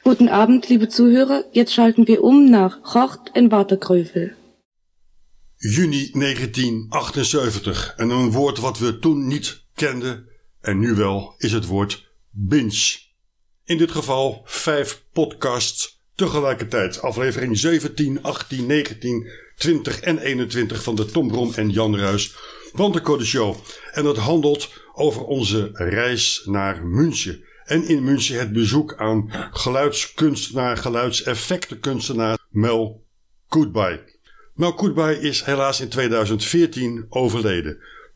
Guten Abend, liebe Zuhörer. Jetzt schalten wir um nach Gort en Waterkreuvel. Juni 1978. En een woord wat we toen niet kenden en nu wel is het woord binge. In dit geval 5 podcasts tegelijkertijd. Aflevering 17, 18, 19, 20 en 21 van de Tom Brom en Jan Ruys Wandelcode Show. En dat handelt over onze reis naar München. En in München het bezoek aan geluidskunstenaar, geluidseffectenkunstenaar Mel Goodby. Mel Goodby is helaas in 2014 overleden.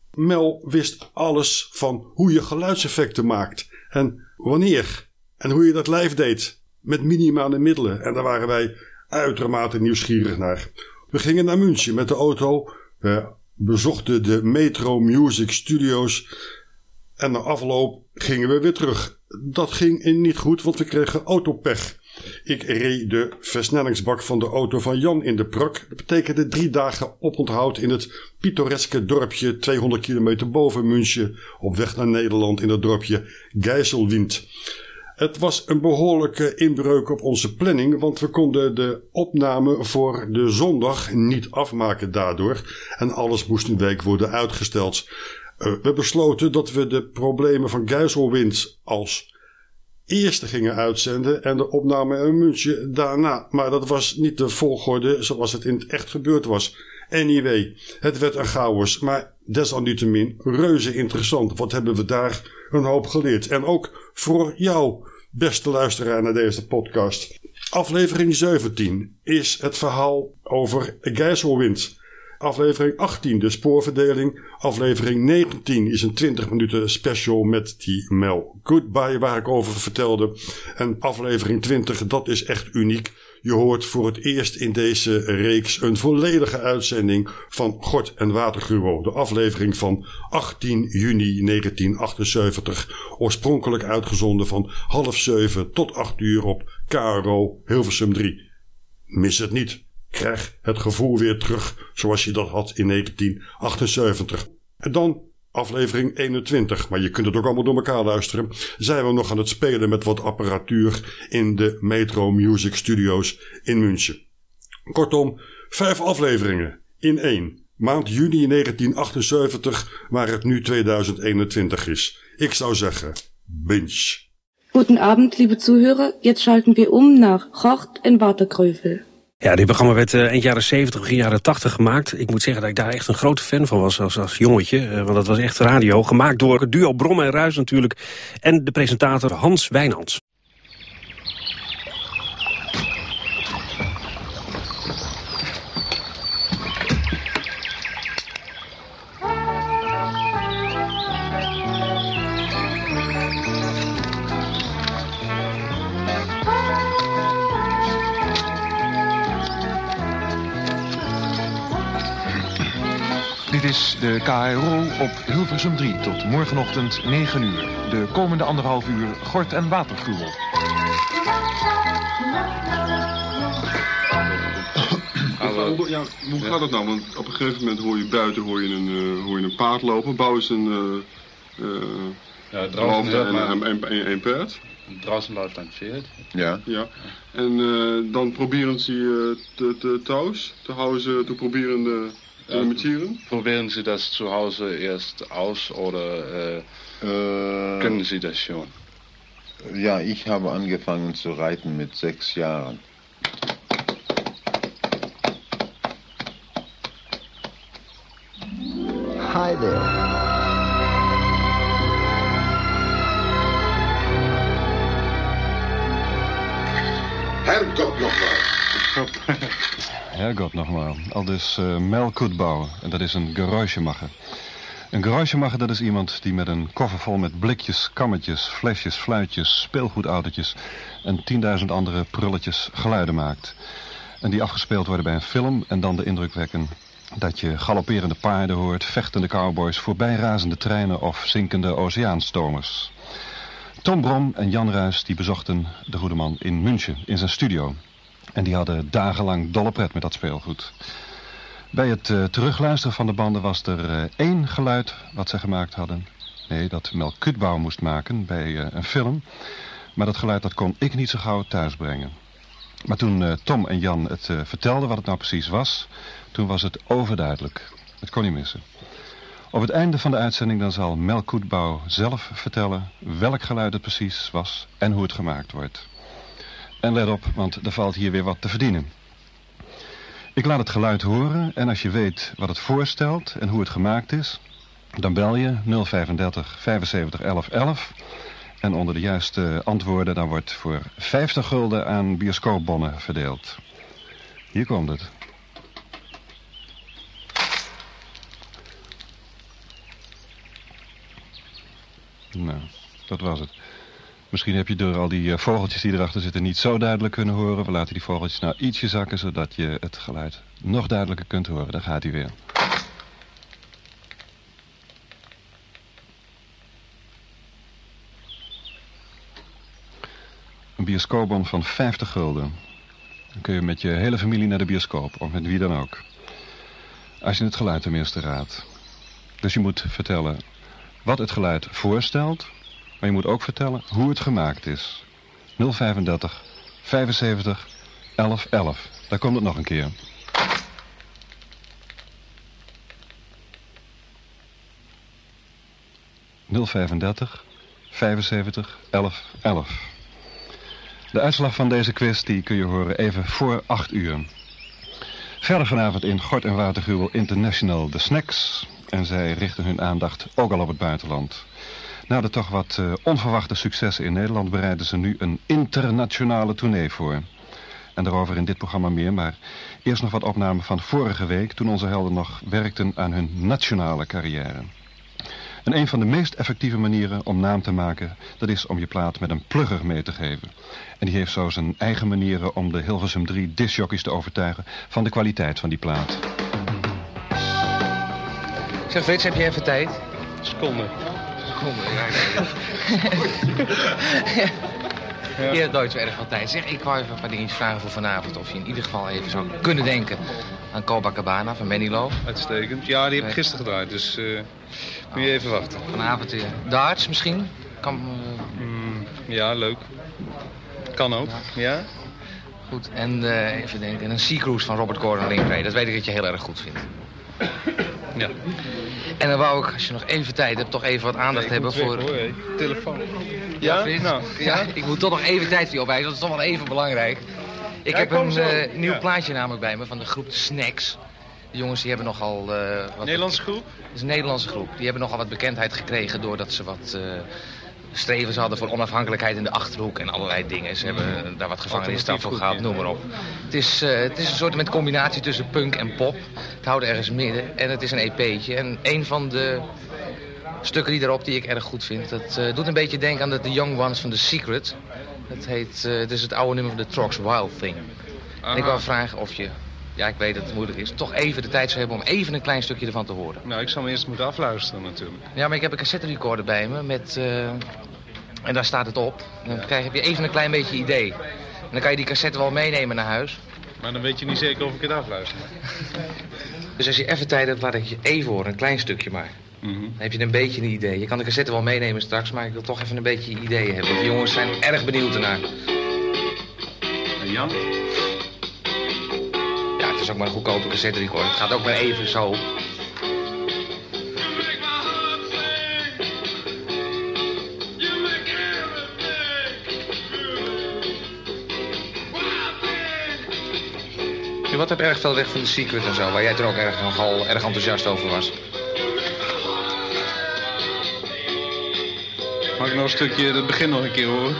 Mel wist alles van hoe je geluidseffecten maakt en wanneer en hoe je dat live deed met minimale middelen. En daar waren wij uitermate nieuwsgierig naar. We gingen naar München met de auto, we bezochten de Metro Music Studios en na afloop gingen we weer terug. Dat ging niet goed, want we kregen autopech. Ik reed de versnellingsbak van de auto van Jan in de prak. Dat betekende 3 dagen oponthoud in het pittoreske dorpje 200 kilometer boven München op weg naar Nederland in het dorpje Geiselwind. Het was een behoorlijke inbreuk op onze planning, want we konden de opname voor de zondag niet afmaken daardoor en alles moest een week worden uitgesteld. We besloten dat we de problemen van Geiselwind als eerste gingen uitzenden en de opname in München daarna. Maar dat was niet de volgorde zoals het in het echt gebeurd was. Anyway, het werd een chaos, maar desalniettemin reuze interessant. Wat hebben we daar een hoop geleerd. En ook voor jou, beste luisteraar naar deze podcast. Aflevering 17 is het verhaal over Geiselwind. Aflevering 18, de spoorverdeling. Aflevering 19 is een 20 minuten special met die Mel Goodby waar ik over vertelde. En aflevering 20, dat is echt uniek. Je hoort voor het eerst in deze reeks een volledige uitzending van Gort en Watergruwel. De aflevering van 18 juni 1978. Oorspronkelijk uitgezonden van 6:30 tot 8 uur op KRO Hilversum 3. Mis het niet. Krijg het gevoel weer terug zoals je dat had in 1978. En dan aflevering 21, maar je kunt het ook allemaal door elkaar luisteren, zijn we nog aan het spelen met wat apparatuur in de Metro Music Studios in München. Kortom, 5 afleveringen in 1. Maand juni 1978, waar het nu 2021 is. Ik zou zeggen, binge. Guten Abend, liebe Zuhörer. Jetzt schalten wir um nach Gort en Waterkreuvel. Ja, dit programma werd eind jaren 70, begin jaren 80 gemaakt. Ik moet zeggen dat ik daar echt een grote fan van was als jongetje. Want dat was echt radio. Gemaakt door het duo Brom en Ruys natuurlijk. En de presentator Hans Wijnands. Dit is de KRO op Hilversum 3 tot morgenochtend 9 uur. De komende 1,5 uur Gort en Watergruwel. Ja, hoe gaat het nou? Want op een gegeven moment hoor je buiten hoor je een paard lopen. Bouwen ze een een paard. Draußen läuft ein Pferd. Ja. En dan proberen ze te houden, te proberen te imitieren. Probieren Sie das zu Hause erst aus oder können Sie das schon? Ja, ich habe angefangen zu reiten mit 6 Jahren. Hi there. Herrgott nogmaals. Herrgott nogmaals. Aldus Mel Goodby. En dat is een geräuschemacher. Een geräuschemacher, dat is iemand die met een koffer vol met blikjes, kammetjes, flesjes, fluitjes, speelgoedautootjes en 10.000 andere prulletjes geluiden maakt. En die afgespeeld worden bij een film en dan de indruk wekken dat je galopperende paarden hoort, vechtende cowboys, voorbijrazende treinen of zinkende oceaanstomers. Tom Brom en Jan Ruys die bezochten de goede man in München, in zijn studio. En die hadden dagenlang dolle pret met dat speelgoed. Bij het terugluisteren van de banden was er 1 geluid wat ze gemaakt hadden. Nee, dat Mel Goodby moest maken bij een film. Maar dat geluid dat kon ik niet zo gauw thuisbrengen. Maar toen Tom en Jan het vertelden wat het nou precies was, toen was het overduidelijk. Het kon niet missen. Op het einde van de uitzending dan zal Mel Koetbouw zelf vertellen welk geluid het precies was en hoe het gemaakt wordt. En let op, want er valt hier weer wat te verdienen. Ik laat het geluid horen en als je weet wat het voorstelt en hoe het gemaakt is, dan bel je 035 75 11 11 en onder de juiste antwoorden dan wordt voor 50 gulden aan bioscoopbonnen verdeeld. Hier komt het. Nou, dat was het. Misschien heb je door al die vogeltjes die erachter zitten niet zo duidelijk kunnen horen. We laten die vogeltjes nou ietsje zakken, zodat je het geluid nog duidelijker kunt horen. Daar gaat hij weer. Een bioscoopbon van 50 gulden. Dan kun je met je hele familie naar de bioscoop, of met wie dan ook. Als je het geluid tenminste raadt. Dus je moet vertellen wat het geluid voorstelt, maar je moet ook vertellen hoe het gemaakt is. 035 75 11 11. Daar komt het nog een keer. ...035 75 11 11. De uitslag van deze quiz die kun je horen even voor 8 uur. Verder vanavond in Gort en Watergruwel International de Snacks. En zij richten hun aandacht ook al op het buitenland. Na de toch wat onverwachte successen in Nederland bereiden ze nu een internationale tournee voor. En daarover in dit programma meer, maar eerst nog wat opnamen van vorige week toen onze helden nog werkten aan hun nationale carrière. En een van de meest effectieve manieren om naam te maken, dat is om je plaat met een plugger mee te geven. En die heeft zo zijn eigen manieren om de Hilversum 3 discjockeys te overtuigen van de kwaliteit van die plaat. Zeg Frits, heb je even tijd? Seconde, ja. Je hebt nooit zo erg veel tijd. Zeg, ik wou even een paar dingetjes vragen voor vanavond. Of je in ieder geval even zou kunnen denken aan Copacabana van Manilow. Uitstekend. Ja, die heb ik gisteren gedraaid, dus moet je even wachten. Vanavond darts misschien? Ja, leuk. Kan ook, ja. Goed, en even denken, een Sea Cruise van Robert Gordon Lingrey. Dat weet ik dat je heel erg goed vindt. Ja. En dan wou ik, als je nog even tijd hebt, toch even wat aandacht hebben voor... Hoor, telefoon. Ja? Nou, ja? Ik moet toch nog even tijd voor je opwijzen, dat is toch wel even belangrijk. Ik heb een nieuw plaatje namelijk bij me van de groep Snacks. De jongens die hebben nogal... Nederlandse groep? Het is een Nederlandse groep. Die hebben nogal wat bekendheid gekregen doordat ze wat... strevens hadden voor onafhankelijkheid in de Achterhoek en allerlei dingen. Ze hebben daar wat gevangenisstraf voor gehad, noem maar op. Het is een soort met combinatie tussen punk en pop. Het houdt ergens midden en het is een EP'tje. En een van de stukken die erop die ik erg goed vind, dat doet een beetje denken aan de The Young Ones van The Secret. Het is het oude nummer van The Trox Wild Thing. En ik wou vragen of je, ja ik weet dat het moeilijk is, toch even de tijd zou hebben om even een klein stukje ervan te horen. Nou, ik zal me eerst moeten afluisteren natuurlijk. Ja, maar ik heb een cassette recorder bij me met... En daar staat het op. Dan heb je even een klein beetje idee. En dan kan je die cassette wel meenemen naar huis. Maar dan weet je niet zeker of ik het afluister. Dus als je even tijd hebt, laat ik je even horen. Een klein stukje maar. Dan heb je een beetje een idee. Je kan de cassette wel meenemen straks, maar ik wil toch even een beetje ideeën hebben. Want de jongens zijn erg benieuwd ernaar. En Jan? Ja, het is ook maar een goedkope cassette recorder. Het gaat ook maar even zo. Wat heb erg veel weg van The Secret en zo, waar jij toen ook nogal erg enthousiast over was. Mag ik nog een stukje het begin nog een keer horen?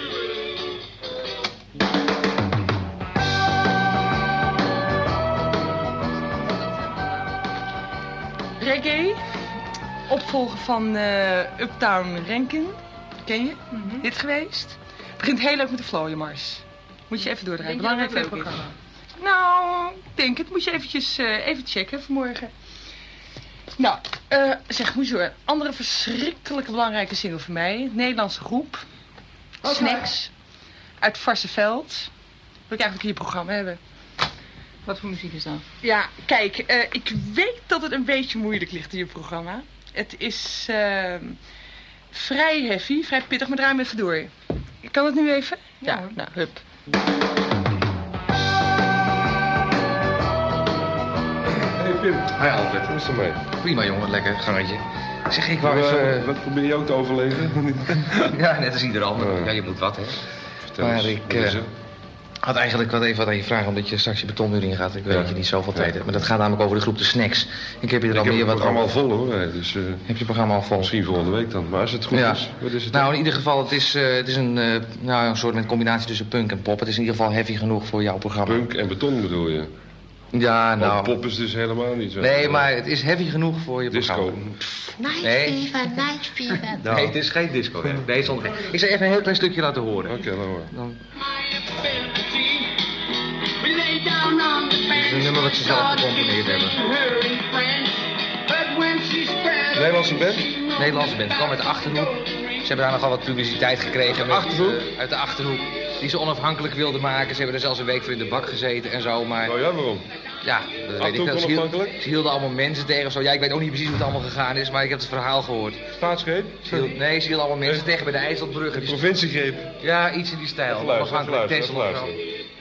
Reggae, opvolger van Uptown Rankin, ken je? Dit geweest? Het begint heel leuk met de Vlooienmars. Moet je even doordraaien. Belangrijk leuk programma. Nou, ik denk het. Moet je eventjes even checken vanmorgen. Nou, zeg, moet je horen. Andere verschrikkelijke belangrijke single voor mij. Nederlandse groep. Okay. Snacks. Uit Varsseveld. Wil ik eigenlijk hier programma hebben. Wat voor muziek is dat? Ja, kijk. Ik weet dat het een beetje moeilijk ligt in je programma. Het is vrij heavy, vrij pittig, maar draai me even door. Kan het nu even? Ja, nou, hup. Hey Pim. Hi Alfred, hoe is het mee? Prima jongen, lekker gangetje. Zeg, ik wou even... Wat probeer je ook te overleven? Ja, net als ieder ander. Ja, je moet wat, hè. Vertel maar eens, ik had eigenlijk wat even aan je vragen, omdat je straks je betonmuur ingaat. Ik weet dat je niet zoveel tijd hebt. Maar dat gaat namelijk over de groep de snacks. Ik heb je er al meer wat over. Ik heb het programma al vol, hoor. Dus, heb je het programma al vol? Misschien volgende week dan. Maar als het goed is, wat is het? Nou, in ieder geval, het is een soort met combinatie tussen punk en pop. Het is in ieder geval heavy genoeg voor jouw programma. Punk en beton bedoel je? Ja, nou... Want pop is dus helemaal niet zo. Nee, maar het is heavy genoeg voor je programma. Nice fever. Nee, het is geen disco. Hè. Nee, zonder... Ik zal even een heel klein stukje laten horen. Oké, dan hoor. Het is een nummer wat ze zelf gecomponeerd hebben. Nederlandse band? Nederlandse band. Kwam uit de Achterhoek. Ze hebben daar nogal wat publiciteit gekregen. Uit de Achterhoek. Die ze onafhankelijk wilden maken. Ze hebben er zelfs een week voor in de bak gezeten en zo. Maar... Oh ja, waarom? Ja, dat weet ik wel. Ze hielden allemaal mensen tegen of zo. Ja, ik weet ook niet precies hoe het allemaal gegaan is, maar ik heb het verhaal gehoord. Staatsgreep? Nee, ze hielden allemaal mensen tegen bij de IJsselbrug. De provinciegreep? Ja, iets in die stijl. Onafhankelijk Texel of zo.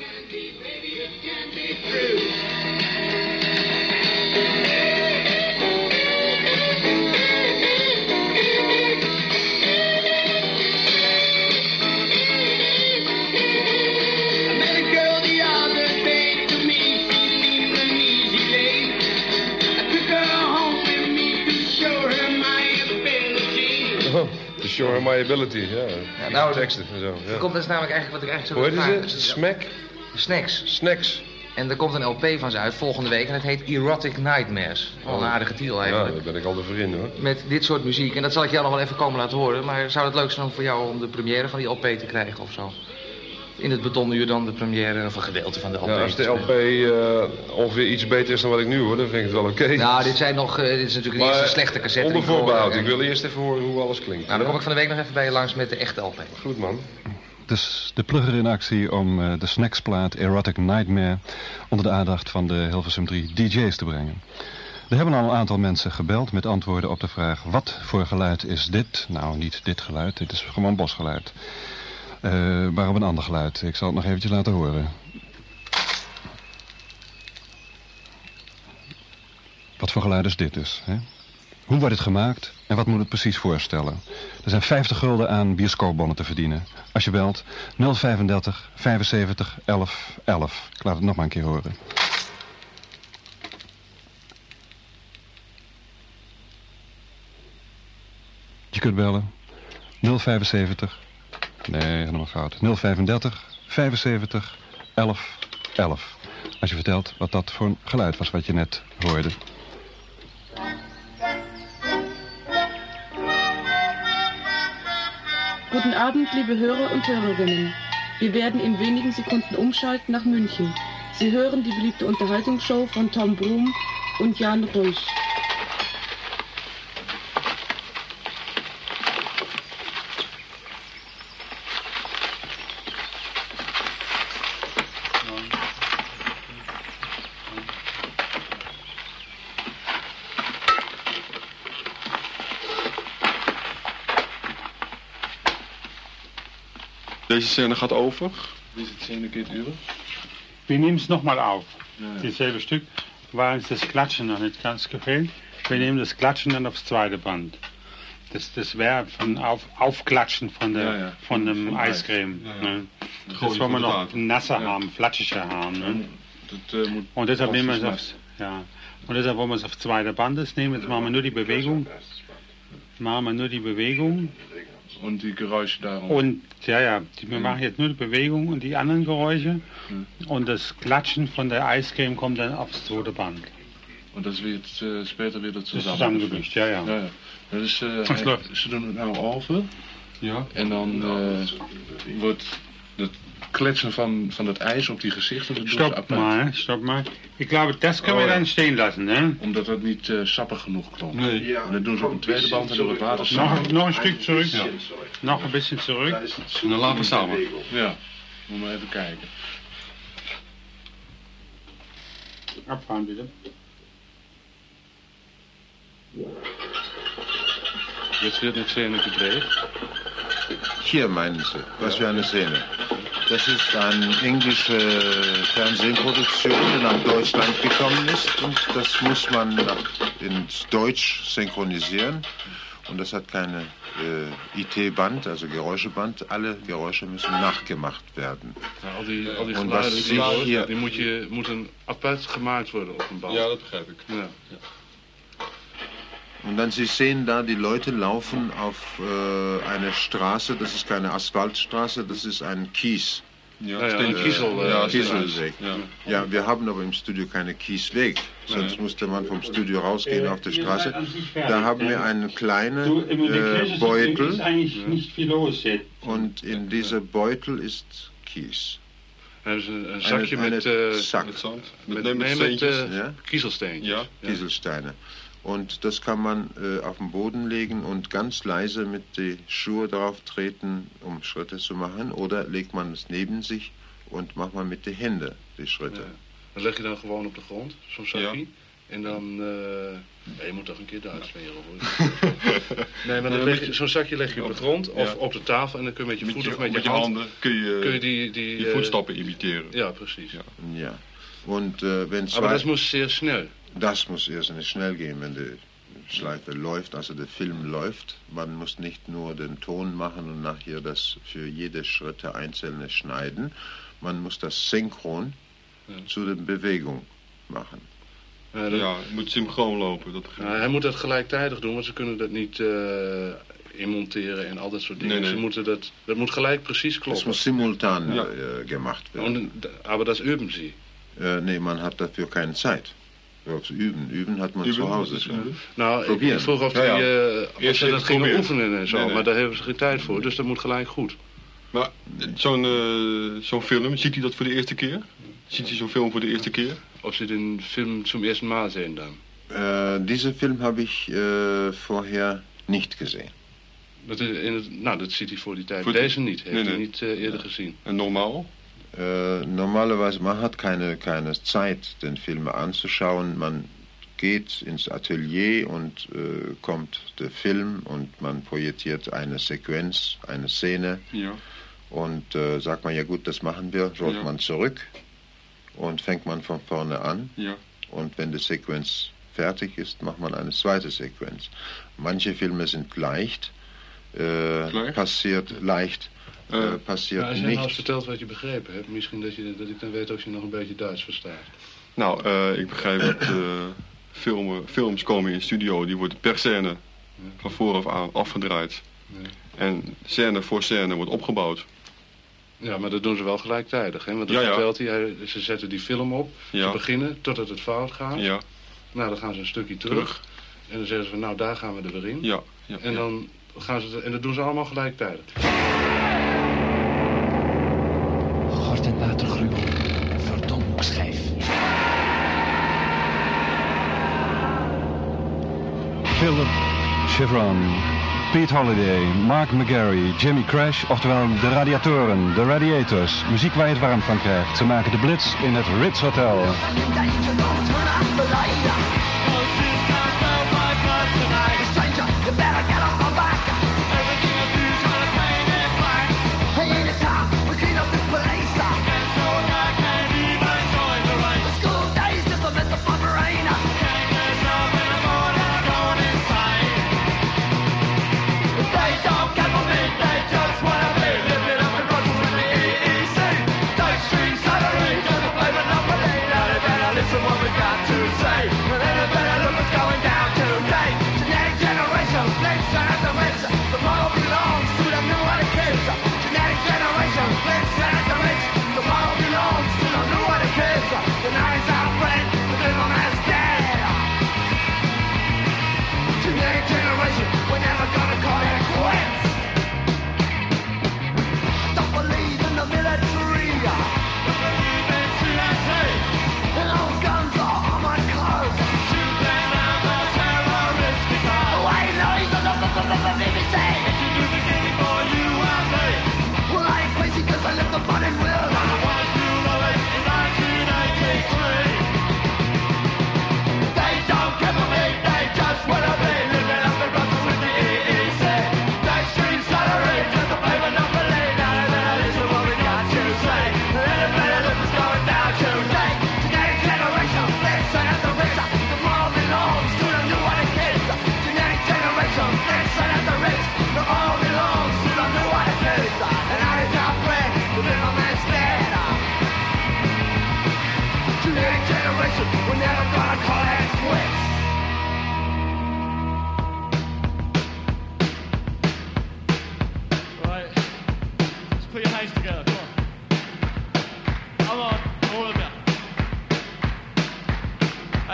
To show her my ability, ja. Nou, teksten en zo. Ja. Dat komt dus namelijk eigenlijk wat ik eigenlijk zo wil vragen. Hoe heet het? Snacks. En er komt een LP van ze uit volgende week en het heet Erotic Nightmares. Al een aardige titel eigenlijk. Ja, daar ben ik al de vriend hoor. Met dit soort muziek. En dat zal ik jou nog wel even komen laten horen. Maar zou het leuk zijn voor jou om de première van die LP te krijgen of zo? In het betonuur dan de première of een gedeelte van de LP. Ja, als de LP ongeveer iets beter is dan wat ik nu hoor, dan vind ik het wel oké. Nou, dit is natuurlijk een eerste slechte cassette. Onder voorbehoud. Ik wil eerst even horen hoe alles klinkt. Nou, dan kom ik van de week nog even bij je langs met de echte LP. Goed man. Dus de plugger in actie om de snacksplaat Erotic Nightmare onder de aandacht van de Hilversum 3 DJ's te brengen. Er hebben al een aantal mensen gebeld met antwoorden op de vraag: wat voor geluid is dit? Nou, niet dit geluid, dit is gewoon bosgeluid. Maar op een ander geluid. Ik zal het nog eventjes laten horen. Wat voor geluid is dit dus? Hè? Hoe wordt het gemaakt en wat moet het precies voorstellen? Er zijn 50 gulden aan bioscoopbonnen te verdienen. Als je belt 035 75 11 11. Ik laat het nog maar een keer horen. Je kunt bellen 075... Nee, helemaal fout. 035 75 11 11. Als je vertelt wat dat voor een geluid was wat je net hoorde. Guten Abend, liebe Hörer und Hörerinnen. Wir werden in wenigen Sekunden umschalten nach München. Sie hören die beliebte Unterhaltungsshow von Tom Brum und Jan Reusch. Deze scène gaat over. Diese Szene geht über. Wir nehmen es nochmal auf. Ja. Dasselbe Stück, weil uns das Klatschen noch nicht ganz gefällt. Wir nehmen das Klatschen dann aufs zweite Band. Das wäre von Aufklatschen von dem Eiscreme. Ja. Ne? Das wollen wir noch nasser haben, flatschiger haben. Ne? Und deshalb nehmen wir es aufs... Ja. Und deshalb wollen wir es auf zweite Bandes nehmen. Jetzt machen wir nur die Bewegung. Und die Geräusche darum. Und, wir machen jetzt nur die Bewegung und die anderen Geräusche. Und das Klatschen von der Eiscreme kommt dann aufs zweite Band. Und das wird später wieder zusammengemischt, ja. Dus ze doen het nou over. Ja. En dan wordt het kletsen van het ijs op die gezichten... Stop maar. Ik glaube, das können wir dann stehen lassen, ne? Omdat het niet sappig genoeg klonk. Nee. Ja. En dat doen ze op een tweede band en door het water nog een stuk terug. Ja. Nog een beetje terug. En dan laten we samen. Ja. Moet maar even kijken. Abfahren bitte. Jetzt wird eine Szene gedreht. Hier meinen Sie, was für eine Szene? Das ist eine englische Fernsehproduktion, die nach Deutschland gekommen ist. Und das muss man ins Deutsch synchronisieren. Und das hat keine IT-Band, also Geräuscheband. Alle Geräusche müssen nachgemacht werden. Ja, al die geluiden die moeten apart gemaakt worden op een band. Ja, dat begrijp ik. Ja. Und dann Sie sehen da, die Leute laufen auf eine Straße, das ist keine Asphaltstraße, das ist ein Kies. Ein Kieselweg. Ja, wir haben aber im Studio keine Kiesweg, sonst musste man vom Studio rausgehen auf die Straße. Da haben wir einen kleinen Beutel und in diesem Beutel ist Kies. Dus een zakje met kiezelsteentjes. Ja, Kieselsteine. Und das kann man auf den Boden legen und ganz leise mit den Schuhen drauf treten, um Schritte zu machen. Oder legt man es neben sich und macht man mit den Händen die Schritte. Ja. Dat leg je dan gewoon op de grond, zo'n zakje. Ja. En dan... je moet toch een keer Duits leren hoor. Nee, maar dan zo'n zakje leg je op de grond of op de tafel. En dan kun je met je voeten of met je handen kun je die voetstappen imiteren. Ja, precies. Ja. Und, aber das muss sehr schnell. Das muss erst schnell gehen, wenn die Schleife läuft, also der Film läuft. Man muss nicht nur den Ton machen und nachher das für jede Schritte einzelne schneiden. Man muss das synchron zu der Bewegung machen. Ja, het moet synchroon lopen. Hij moet dat gelijktijdig doen, want ze kunnen dat niet inmonteren en al dat soort dingen. Nee. Ze moeten dat moet gelijk precies kloppen. Das muss simultan gemacht werden. Aber das üben Sie? Nee, man hat dafür keine Zeit. Üben hat man zu Hause. Nou, ik vroeg of ze dat gingen oefenen en zo, maar daar hebben ze geen tijd voor, dus dat moet gelijk goed. Maar zo'n film, ziet u dat voor de eerste keer? Ziet u zo'n film voor de eerste keer? Of Sie den Film zum ersten Mal sehen dann? Diese Film habe ich vorher nicht gesehen. Dat ziet hij voor die tijd. Deze niet, heeft hij niet eerder gezien. En normaal? Normalerweise, man hat keine Zeit, den Film anzuschauen. Man geht ins Atelier und kommt der Film und man projiziert eine Sequenz, eine Szene. Ja. Und sagt man, ja gut, das machen wir, rollt man zurück und fängt man von vorne an. Ja. Und wenn die Sequenz fertig ist, macht man eine zweite Sequenz. Manche Filme sind leicht, passiert leicht. Passiert als je niet. nou eens vertelt wat je begrepen hebt, misschien dat ik dan weet of je nog een beetje Duits verstaat. Nou, ik begrijp dat films komen in studio, die worden per scène van vooraf aan afgedraaid. Ja. En scène voor scène wordt opgebouwd. Ja, maar dat doen ze wel gelijktijdig, hè? Want dan vertelt hij, ze zetten die film op, ze beginnen totdat het fout gaat. Ja. Nou, dan gaan ze een stukje terug. En dan zeggen ze van, nou, daar gaan we er weer in. Ja. En dan gaan ze, en dat doen ze allemaal gelijktijdig. Gort- en watergruwel, verdomhoekschijf. Philip Chevron, Pete Holiday, Mark McGarry, Jimmy Crash, oftewel de Radiatoren, de Radiators. Muziek waar je het warm van krijgt. Ze maken de Blitz in het Ritz Hotel. What we got to say.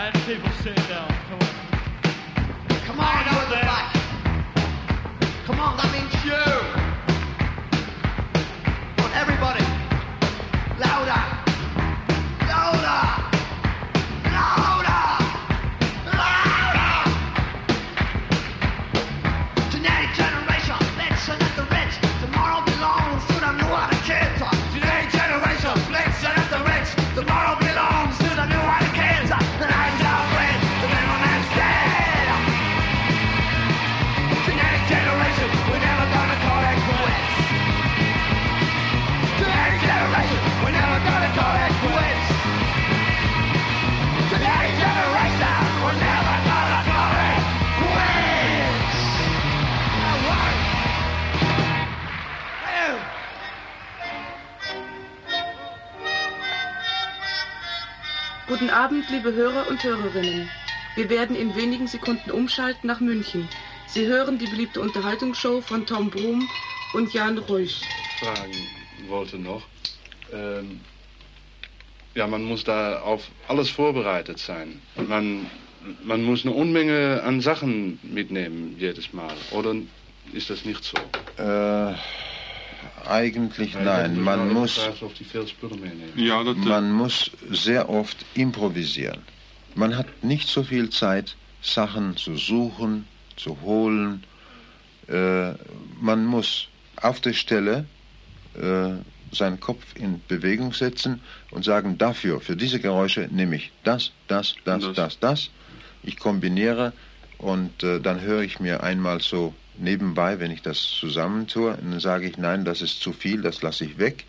Alright, people sit down. Come on. Come on, go in the back. Come on, that means you. On everybody. Louder. Louder. Louder. Louder. Genetic generation, listen at the rich. Tomorrow belongs to the new other kids. Genetic generation, listen at the rich. Tomorrow belongs to the new other kids. The night's out red, the middleman's dead. Genetic generation, we're never gonna call it quits. Genetic generation, we're never gonna call it quits. Genetic generation, we're never gonna call it quits. Guten Abend, liebe Hörer und Hörerinnen. Wir werden in wenigen Sekunden umschalten nach München. Sie hören die beliebte Unterhaltungsshow von Tom Brum und Jan Reusch. Fragen wollte noch. Ja, man muss da auf alles vorbereitet sein. Man muss eine Unmenge an Sachen mitnehmen jedes Mal. Oder ist das nicht so? Eigentlich nein. Man muss sehr oft improvisieren. Man hat nicht so viel Zeit, Sachen zu suchen, zu holen. Man muss auf der Stelle seinen Kopf in Bewegung setzen und sagen, dafür, für diese Geräusche nehme ich das. Ich kombiniere und dann höre ich mir einmal so nebenbei, wenn ich das zusammentue, und dann sage ich, nein, das ist zu viel, das lasse ich weg.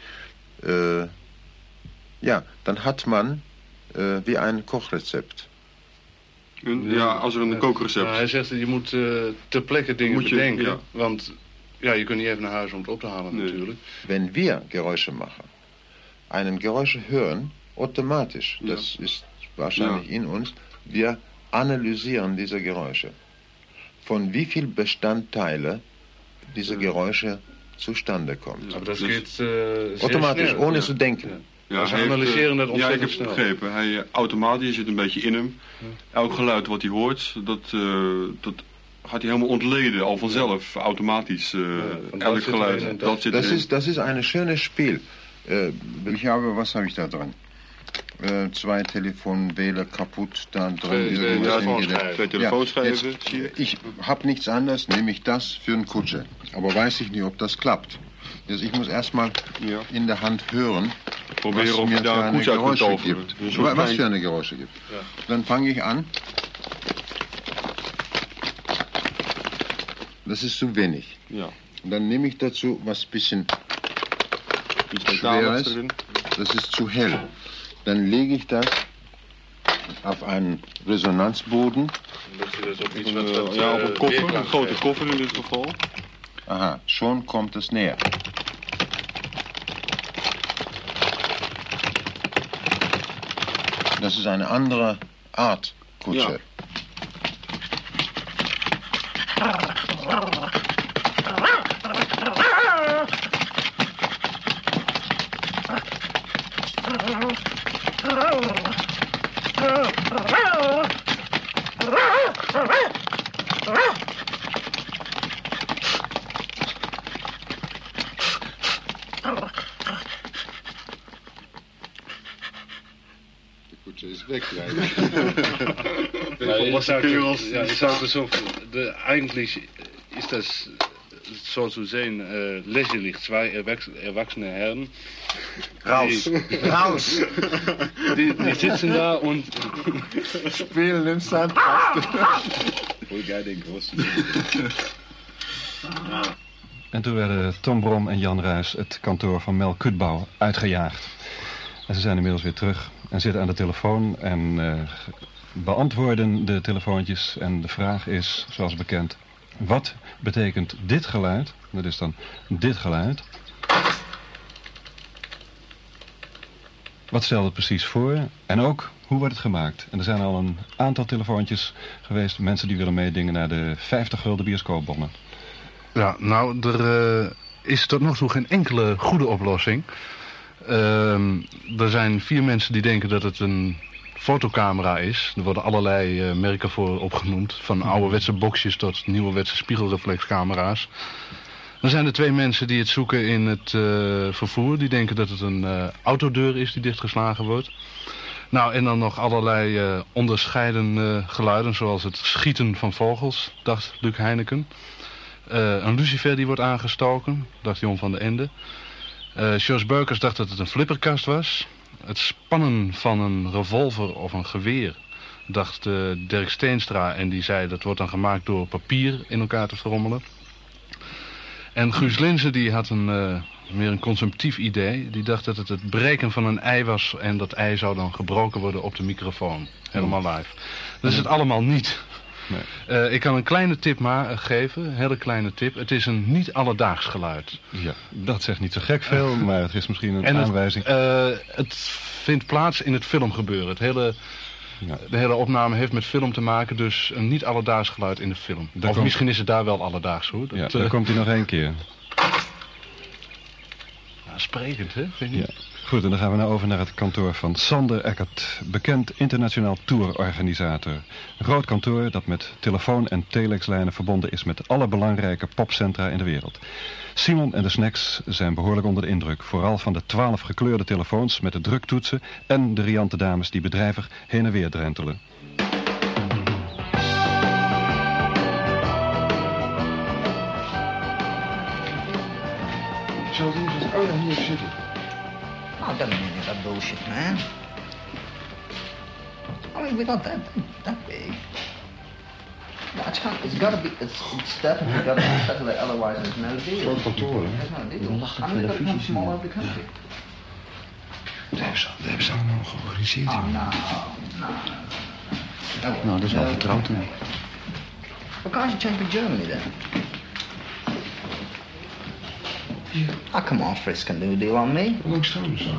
Ja, dan hat man wie een kochrecept. Ja, als er een kookrecept. Hij zegt, je moet ter plekke dingen bedenken. Ja. Want ja, je kunt niet even naar huis om het op te halen natuurlijk. Wenn wir Geräusche machen, einen Geräusche hören, automatisch, das ist wahrscheinlich in uns, wir analysieren diese Geräusche. Von wie viel Bestandteile diese Geräusche zustande kommen. Aber das geht automatisch, schnell, ohne zu denken. Ja, hij analyseren dat ontzettend ik heb het begrepen. Hij automatisch zit een beetje in hem. Elk geluid wat hij hoort, dat gaat hij helemaal ontleden, al vanzelf, automatisch. Elk geluid, dat zit erin. Das ist ein schönes Spiel. Was habe ich da drin? Zwei Telefonwähler kaputt, da drin. Twee telefoonschijven. Ich habe nichts anderes, nehme ich das für einen Kutsche. Aber weiß ich nicht, ob das klappt. Dus ich muss erstmal in der Hand hören, proberen was mir da eine Geräusche gibt. Was für eine Geräusche gibt. Ja. Dann fange ich an. Das ist zu wenig. Ja. Und dann nehme ich dazu was bisschen Schweres. Das ist zu hell. Dann lege ich das auf einen Resonanzboden. Ja, op een koffer, een grote koffer in dit geval. Aha, schon kommt es näher. Das ist eine andere Art Kutsche. Ja. Eigentlich ist das so zu sehen, lächerlich. Zwei erwachsene Herren. Raus! Raus! Die sitzen da und spielen im Sandkasten. Voll geil, den großen. En toen werden Tom Brom en Jan Ruijs het kantoor van Mel Kutbouw uitgejaagd. En ze zijn inmiddels weer terug en zitten aan de telefoon en beantwoorden de telefoontjes. En de vraag is, zoals bekend, wat betekent dit geluid? Dat is dan dit geluid. Wat stelt het precies voor? En ook, hoe wordt het gemaakt? En er zijn al een aantal telefoontjes geweest. Mensen die willen meedingen naar de 50 gulden bioscoopbonnen. Ja, nou, er is tot nog toe geen enkele goede oplossing. Er zijn 4 mensen die denken dat het een fotocamera is. Er worden allerlei merken voor opgenoemd. Van ouderwetse boxjes tot nieuwerwetse spiegelreflexcamera's. Dan zijn er 2 mensen die het zoeken in het vervoer. Die denken dat het een autodeur is die dichtgeslagen wordt. Nou, en dan nog allerlei onderscheidende geluiden, zoals het schieten van vogels, dacht Luc Heineken. Een lucifer die wordt aangestoken, dacht Jon van den Ende. Jos Beukers dacht dat het een flipperkast was. Het spannen van een revolver of een geweer, dacht Dirk Steenstra. En die zei dat wordt dan gemaakt door papier in elkaar te verrommelen. En Guus Linzen die had meer een consumptief idee. Die dacht dat het het breken van een ei was en dat ei zou dan gebroken worden op de microfoon. Helemaal live. Dat is het allemaal niet. Nee. Ik kan een kleine tip geven, een hele kleine tip. Het is een niet alledaags geluid. Ja, dat zegt niet zo gek veel, maar het is misschien een aanwijzing. Het vindt plaats in het filmgebeuren. De hele opname heeft met film te maken, dus een niet alledaags geluid in de film. Misschien is het daar wel alledaags, hoor. Daar komt hij nog 1 keer. Sprekend, hè? Vind je? Ja. Goed, en dan gaan we nou over naar het kantoor van Sander Eckert, bekend internationaal tourorganisator. Een groot kantoor dat met telefoon- en telexlijnen verbonden is met alle belangrijke popcentra in de wereld. Simon en de Snacks zijn behoorlijk onder de indruk. Vooral van de 12 gekleurde telefoons met de druktoetsen en de riante dames die bedrijvig heen en weer drentelen. Zo doen ze het. Oh, dan hier zitten. Oh, don't mean any of that bullshit, man. I mean, we're not that big. It's got to be, it's definitely got to be satellite, otherwise there's no deal. Groot kantoor, hè? There's no deal. I mean, they've got to come all over the country. Dat hebben ze allemaal georganiseerd. Oh, no. Nou, dat is wel vertrouwd, hè? Well, can't you change to Germany, then? Yeah. Oh, come on, Fritz can do a deal on me. Hoe lang staan ze?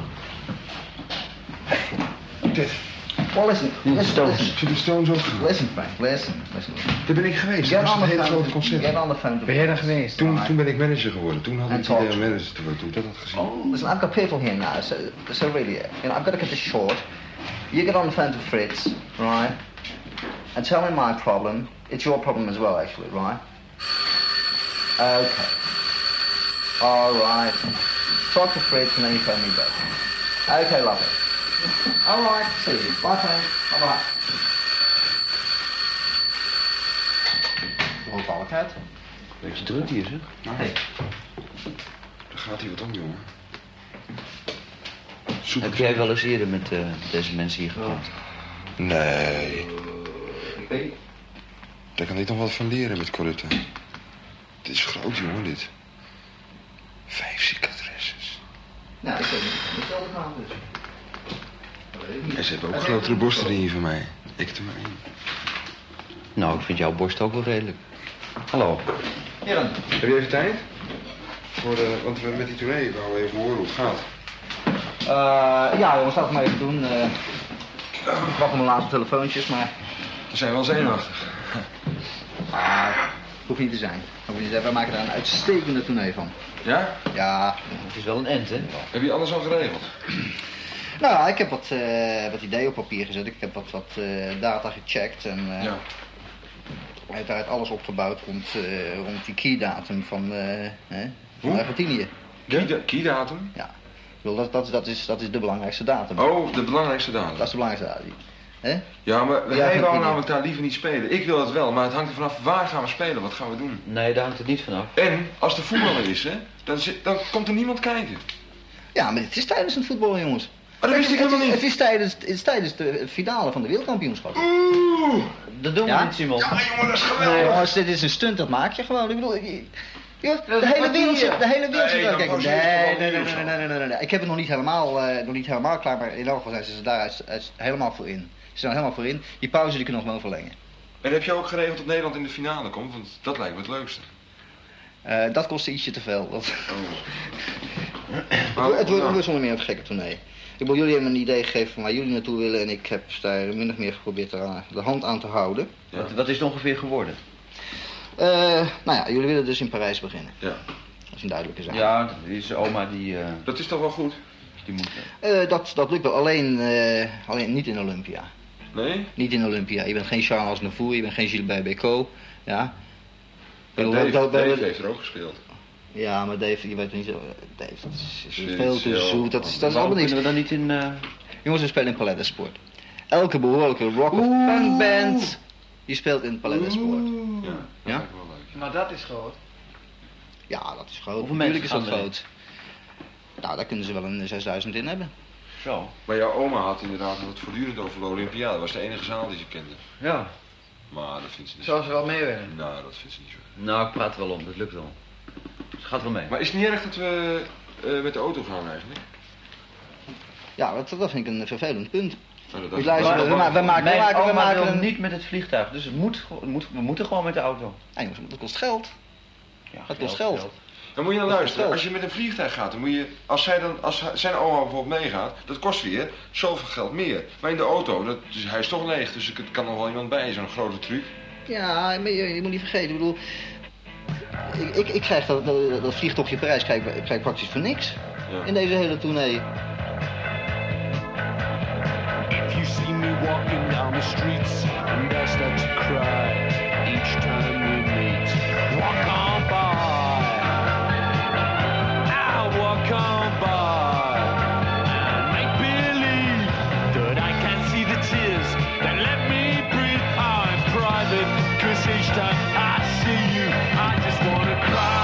Dit. Well, listen. Zit de Stones ook? Listen, Frank, listen. Daar ben ik geweest. Dat was een hele grote concert. Get on the phone. Ben jij daar geweest? Toen ben ik manager geworden. Toen had ik het idee om manager te worden, toen ik dat had gezien. Oh, listen, I've got people here now, so really, I've got to cut this short. You get on the phone to Fritz, right? And tell me my problem. It's your problem as well, actually, right? Okay. All right. Talk to Fritz and then you phone me back. Okay, lovely. All right, see you. Bye, Frank. Bye-bye. Hoe valt het? Beetje druk hier, zeg. Nou, hey. Er gaat hier wat om, jongen. Heb jij wel eens eerder met deze mensen hier gepraat? Nee. Daar kan ik nog wat van leren met Corutta. Dit is groot, jongen, dit. 5 secretaresses. Nou, ik weet niet. Hetzelfde gaan dus. En ze hebben ook grotere borsten dan hier van mij. Ik er maar 1. Nou, ik vind jouw borst ook wel redelijk. Hallo. Ja dan. Heb je even tijd? Want we met die tournee wou we even horen hoe het gaat. Ja jongens, laat het maar even doen. Ik wacht op mijn laatste telefoontjes, maar... We zijn wel zenuwachtig. Hoeft niet te zijn. We maken daar een uitstekende tournee van. Ja? Ja. Het is wel een end, hè? Heb je alles al geregeld? Nou, ik heb wat ideeën op papier gezet. Ik heb wat data gecheckt en uiteraard alles opgebouwd rond die keydatum van Argentinië. Keydatum? Ja. Ik bedoel, dat is de belangrijkste datum. Oh, de belangrijkste datum. Dat is de belangrijkste datum. Ja, maar wij wouden namelijk daar liever niet spelen. Ik wil het wel, maar het hangt er vanaf waar gaan we spelen, wat gaan we doen. Nee, daar hangt het niet vanaf. En als de voetballer is, hè, dan komt er niemand kijken. Ja, maar het is tijdens het voetbal, jongens. Maar dat wist ik helemaal niet. Het is tijdens de finale van de wereldkampioenschap. Oeh! Dat doen we niet, Simon. Ja, jongen, dat is geweldig. Nee, jongens, dit is een stunt, dat maak je gewoon. Ik bedoel, de hele wereld zit kijken. Nee. Ik heb het nog niet helemaal klaar, maar in elk geval zijn ze daar helemaal voor in. Ze zijn er helemaal voor in. Die pauze die kunnen nog wel verlengen. En heb je ook geregeld dat Nederland in de finale komt? Want dat lijkt me het leukste. Dat kost ietsje te veel. Het wordt zonder meer een gekke tournee. Ik wil jullie een idee geven van waar jullie naartoe willen en ik heb daar min of meer geprobeerd de hand aan te houden. Ja. Wat is het ongeveer geworden? Nou ja, jullie willen dus in Parijs beginnen. Ja. Dat is een duidelijke zaak. Ja, die is oma die... Dat is toch wel goed? Die moet... Dat lukt wel, alleen niet in Olympia. Nee? Niet in Olympia. Je bent geen Charles Navour, je bent geen Gilbert Bécaud. Ja. Dave heeft er ook gespeeld. Ja, maar Dave, je weet niet, Dave, dat is veel te zoet. Dat is allemaal niks. Kunnen we dan niet in... Jongens, we spelen in Palais des Sports. Elke behoorlijke rock of punk band, die speelt in Palais des Sports. Ja? Maar dat is groot. Ja, dat is groot. Hoeveel Natuurlijk mensen is dat gaan groot. Nou, daar kunnen ze wel een 6000 in hebben. Zo. Maar jouw oma had inderdaad het voortdurend over de Olympiade. Dat was de enige zaal die ze kende. Ja. Maar dat vindt ze niet. Zou ze wel meewerken? Nou, dat vindt ze niet zo. Nou, ik praat er wel om. Dat lukt wel. Ze gaat wel mee. Maar is het niet erg dat we met de auto gaan eigenlijk? Ja, dat vind ik een vervelend punt. Nou, we maken niet met het vliegtuig, dus we moeten gewoon met de auto. Ja, jongens, dat kost geld. Ja, dat kost geld. Dan moet je naar luisteren. Als je met een vliegtuig gaat, dan moet je, als zijn oma bijvoorbeeld meegaat, dat kost weer zoveel geld meer. Maar in de auto, dus hij is toch leeg, dus er kan nog wel iemand bij, zo'n grote truc. Ja, maar je moet niet vergeten, ik bedoel, ik krijg dat vliegtochtje Parijs krijg praktisch voor niks in deze hele tournee. If you see me walking down the streets and I start to cry each time we meet, walk on by, I'll walk on by and make believe that I can't see the tears that let me breathe. I'm private, 'cause each time I see you, I just wanna cry.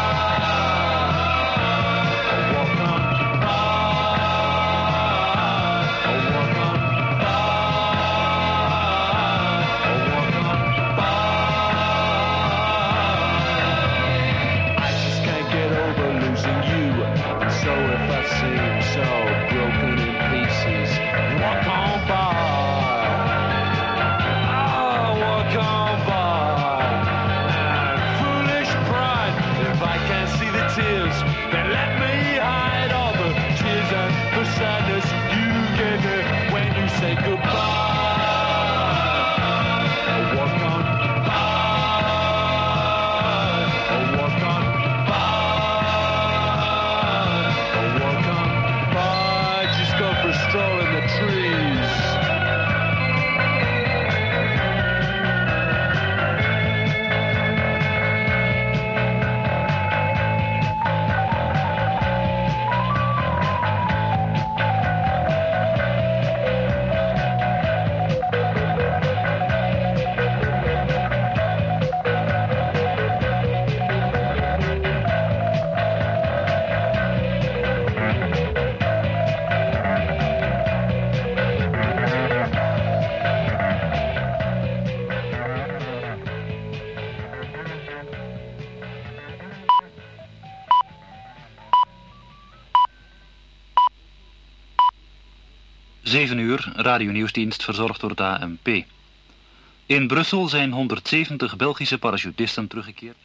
Radionieuwsdienst verzorgd door het ANP. In Brussel zijn 170 Belgische parachutisten teruggekeerd.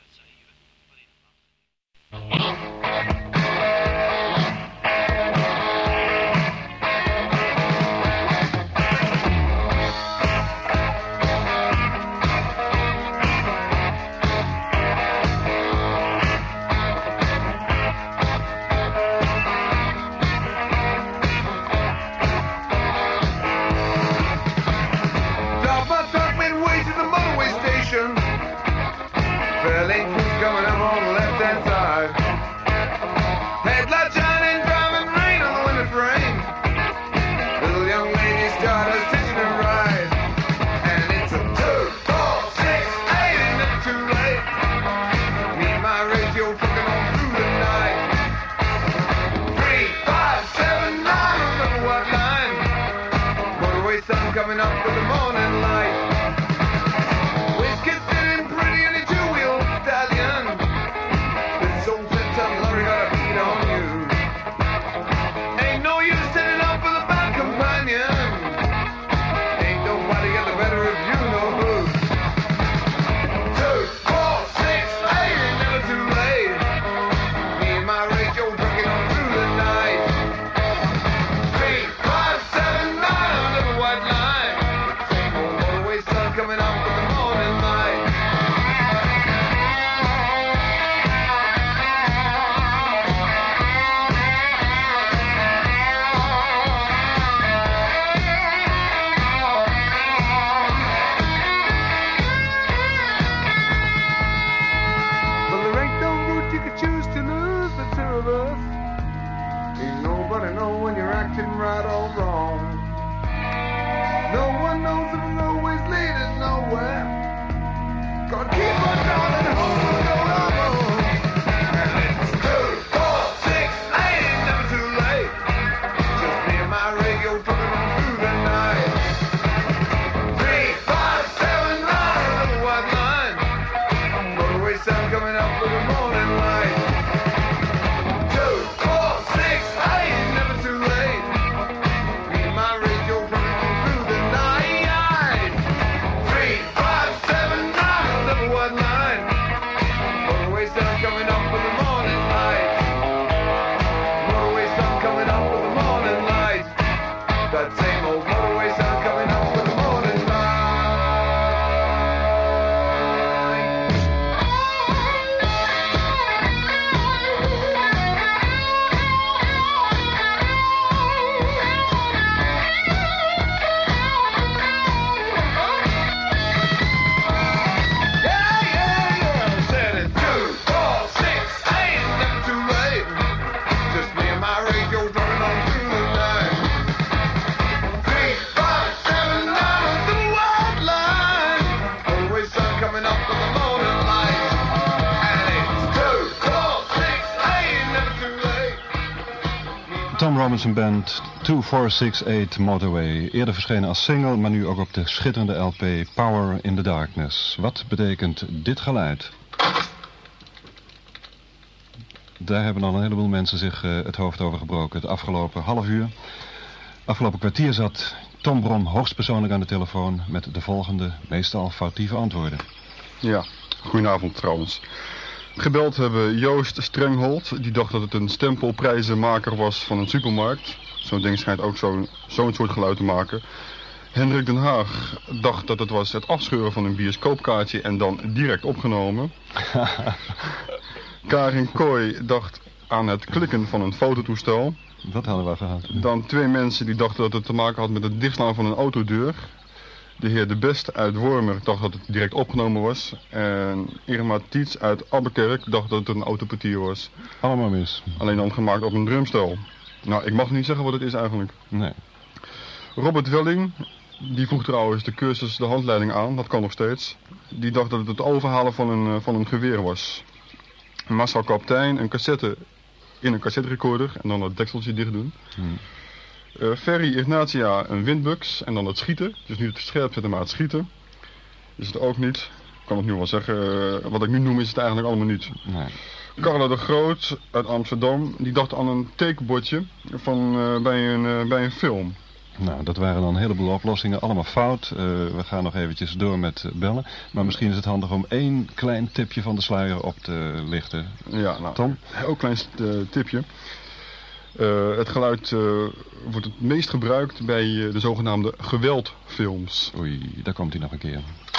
that same old motorway sound coming up for the morning light. Tom Robinson Band, 2468 Motorway. Eerder verschenen als single, maar nu ook op de schitterende LP Power in the Darkness. Wat betekent dit geluid? Daar hebben al een heleboel mensen zich het hoofd over gebroken. Het afgelopen half uur, afgelopen kwartier zat Tom Brom hoogstpersoonlijk aan de telefoon met de volgende, meestal foutieve antwoorden. Ja, goedenavond trouwens. Gebeld hebben Joost Strenghold, die dacht dat het een stempelprijzenmaker was van een supermarkt. Zo'n ding schijnt ook zo'n soort geluid te maken. Hendrik Den Haag dacht dat het was het afscheuren van een bioscoopkaartje en dan direct opgenomen. Karin Kooi dacht aan het klikken van een fototoestel. Dat hadden we gehad. Dan 2 mensen die dachten dat het te maken had met het dichtslaan van een autodeur. De heer De Best uit Wormer dacht dat het direct opgenomen was. En Irma Tietz uit Abbekerk dacht dat het een autoportier was. Allemaal mis. Alleen dan gemaakt op een drumstel. Nou, ik mag niet zeggen wat het is eigenlijk. Nee. Robert Welling, die vroeg trouwens de cursus de handleiding aan. Dat kan nog steeds. Die dacht dat het het overhalen van een geweer was. Marcel Kaptein, een cassette in een cassetterecorder en dan het dekseltje dicht doen. Ferry Ignatia, een windbuks en dan het schieten. Dus niet het scherp zetten, maar het schieten. Is het ook niet. Ik kan het nu wel zeggen. Wat ik nu noem is het eigenlijk allemaal niet. Nee. Carla de Groot uit Amsterdam, die dacht aan een takebordje bij een film. Nou, dat waren dan een heleboel oplossingen, allemaal fout. We gaan nog eventjes door met bellen. Maar misschien is het handig om 1 klein tipje van de sluier op te lichten. Ja, nou, Tom? Een heel klein tipje. Het geluid wordt het meest gebruikt bij de zogenaamde geweldfilms. Oei, daar komt hij nog een keer.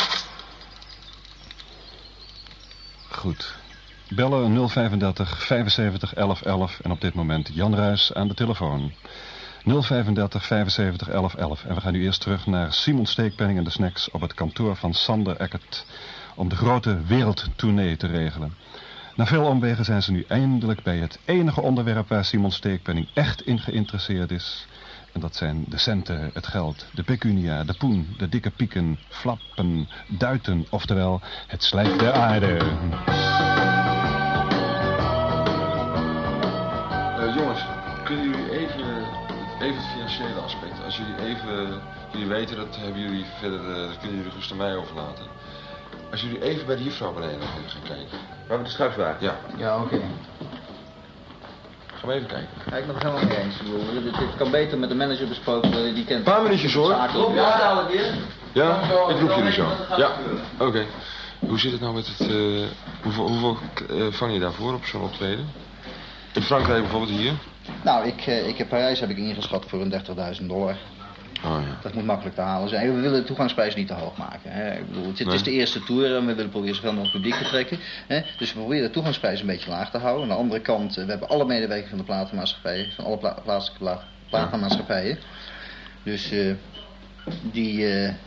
Goed. Bellen 035 75 11 11 en op dit moment Jan Ruijs aan de telefoon. 035 75 11 11 en we gaan nu eerst terug naar Simon Steekpenning en de Snacks op het kantoor van Sander Eckert om de grote wereldtournee te regelen. Na veel omwegen zijn ze nu eindelijk bij het enige onderwerp waar Simon Steekpenning echt in geïnteresseerd is. En dat zijn de centen, het geld, de pecunia, de poen, de dikke pieken, flappen, duiten, oftewel het slijk der aarde. Jongens, kunnen jullie even het financiële aspect, als jullie weten, dat hebben jullie verder, dat kunnen jullie rustig aan mij overlaten. Als jullie even bij de juffrouw beneden nog even gaan kijken. Waar we de straks waren? Ja. Ja, oké. Gaan we even kijken. Ja, ik ben het helemaal mee eens. Dit kan beter met de manager besproken, die kent... Een paar minuutjes hoor. Ja, dadelijk weer. Ja, ik roep jullie zo. Ja, oké. Hoe zit het nou met het... hoeveel vang je daarvoor op zo'n optreden? In Frankrijk bijvoorbeeld hier? Nou, Parijs heb ik ingeschat voor een $30.000. Oh, ja. Dat moet makkelijk te halen zijn. We willen de toegangsprijs niet te hoog maken. Hè. Ik bedoel, het is de eerste tour en we willen proberen zoveel mogelijk publiek te trekken. Hè. Dus we proberen de toegangsprijs een beetje laag te houden. Aan de andere kant, we hebben alle medewerkers van de platenmaatschappijen, van alle plaatselijke platenmaatschappijen. Dus die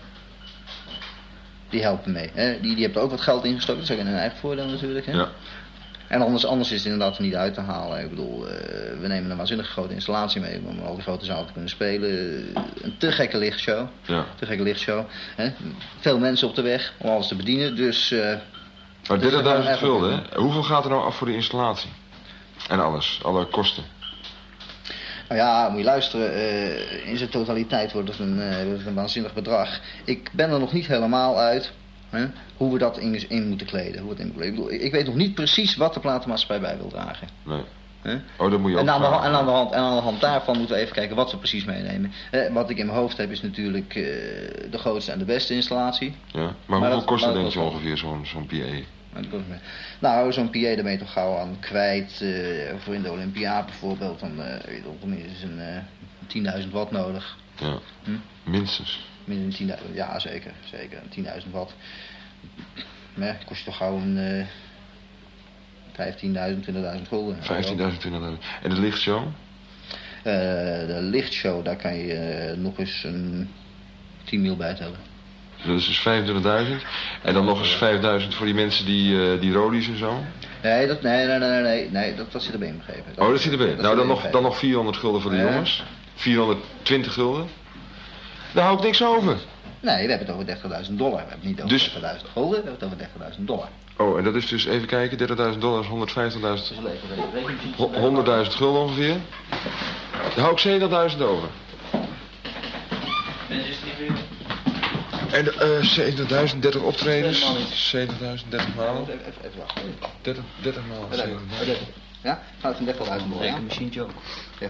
helpen mee. Hè. Die hebben er ook wat geld in gestoken, dat is ook in hun eigen voordeel natuurlijk. Hè. Ja. En anders is het inderdaad niet uit te halen. Ik bedoel, we nemen een waanzinnig grote installatie mee om al die grote zalen te kunnen spelen. Een te gekke lichtshow. Ja. Te gekke lichtshow. Hè? Veel mensen op de weg om alles te bedienen. Dus... maar 30.000 gulden, hè? Hoeveel gaat er nou af voor de installatie? En alles, alle kosten? Nou ja, moet je luisteren. In zijn totaliteit wordt het een waanzinnig bedrag. Ik ben er nog niet helemaal uit... hoe we dat in moeten kleden. Ik weet nog niet precies wat de platenmaatschappij bij wil dragen. Nee. Oh, dat moet je ook aan de hand daarvan moeten we even kijken wat ze precies meenemen. Wat ik in mijn hoofd heb is natuurlijk de grootste en de beste installatie. Ja, maar hoeveel kost dat denk je ongeveer zo'n PA? Nou, zo'n PA daar ben je toch gauw aan kwijt. Voor in de Olympiade bijvoorbeeld, dan is 10.000 watt nodig. Ja, minstens. Minder 10.000, ja zeker. 10.000 watt. Maar kost je toch gauw een 15.000, 20.000 gulden. 15.000, 20.000. En de lichtshow? De lichtshow, daar kan je nog eens een 10 mil bij tellen. Dat is dus 25.000. En dan nog eens 5.000 voor die mensen die rolies en zo? Nee, dat zit erbij inbegrepen. Dat zit erbij. Nou, dan nog 400 gulden voor de jongens. 420 gulden. Daar hou ik niks over. Nee, we hebben het over $30.000. We hebben het niet over $30.000 gulden, we hebben het over $30.000. Oh, en dat is dus, even kijken, $30.000, 150.000... 100.000 gulden ongeveer. Daar hou ik 70.000 over. En 70.000, 30 optredens. 70.000, 30 maal. Even wachten. 30 maal. 30. Ja, gaat het van $30.000. Rekenmachientje ook. 30.000.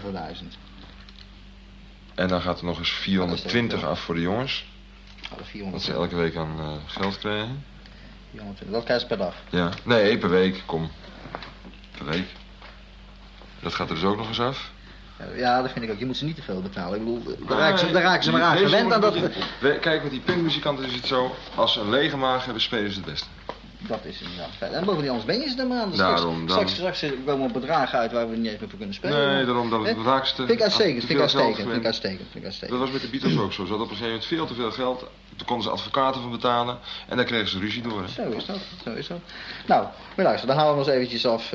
En dan gaat er nog eens 420 af voor de jongens. Dat ze elke week aan geld krijgen. 420, dat krijg je per dag? Ja, nee, per week, kom. Per week. Dat gaat er dus ook nog eens af. Ja, dat vind ik ook. Je moet ze niet te veel betalen. Ik bedoel, daar raken ze maar aan gewend aan dat... Kijk, met die punkmuzikanten is het zo, als ze een lege maag hebben, spelen ze het beste. Dat is inderdaad feit. En bovendien, anders ben je ze er maar aan. Dus daarom, straks komen we op bedragen uit waar we niet eens meer voor kunnen spelen. Nee, daarom, dan raakt ze... Vind ik uitstekend. Dat was met de Beatles ook zo. Ze hadden op een gegeven moment veel te veel geld. Toen konden ze advocaten van betalen. En daar kregen ze ruzie door. Hè. Zo is dat. Nou, maar luister, dan houden we ons eventjes af.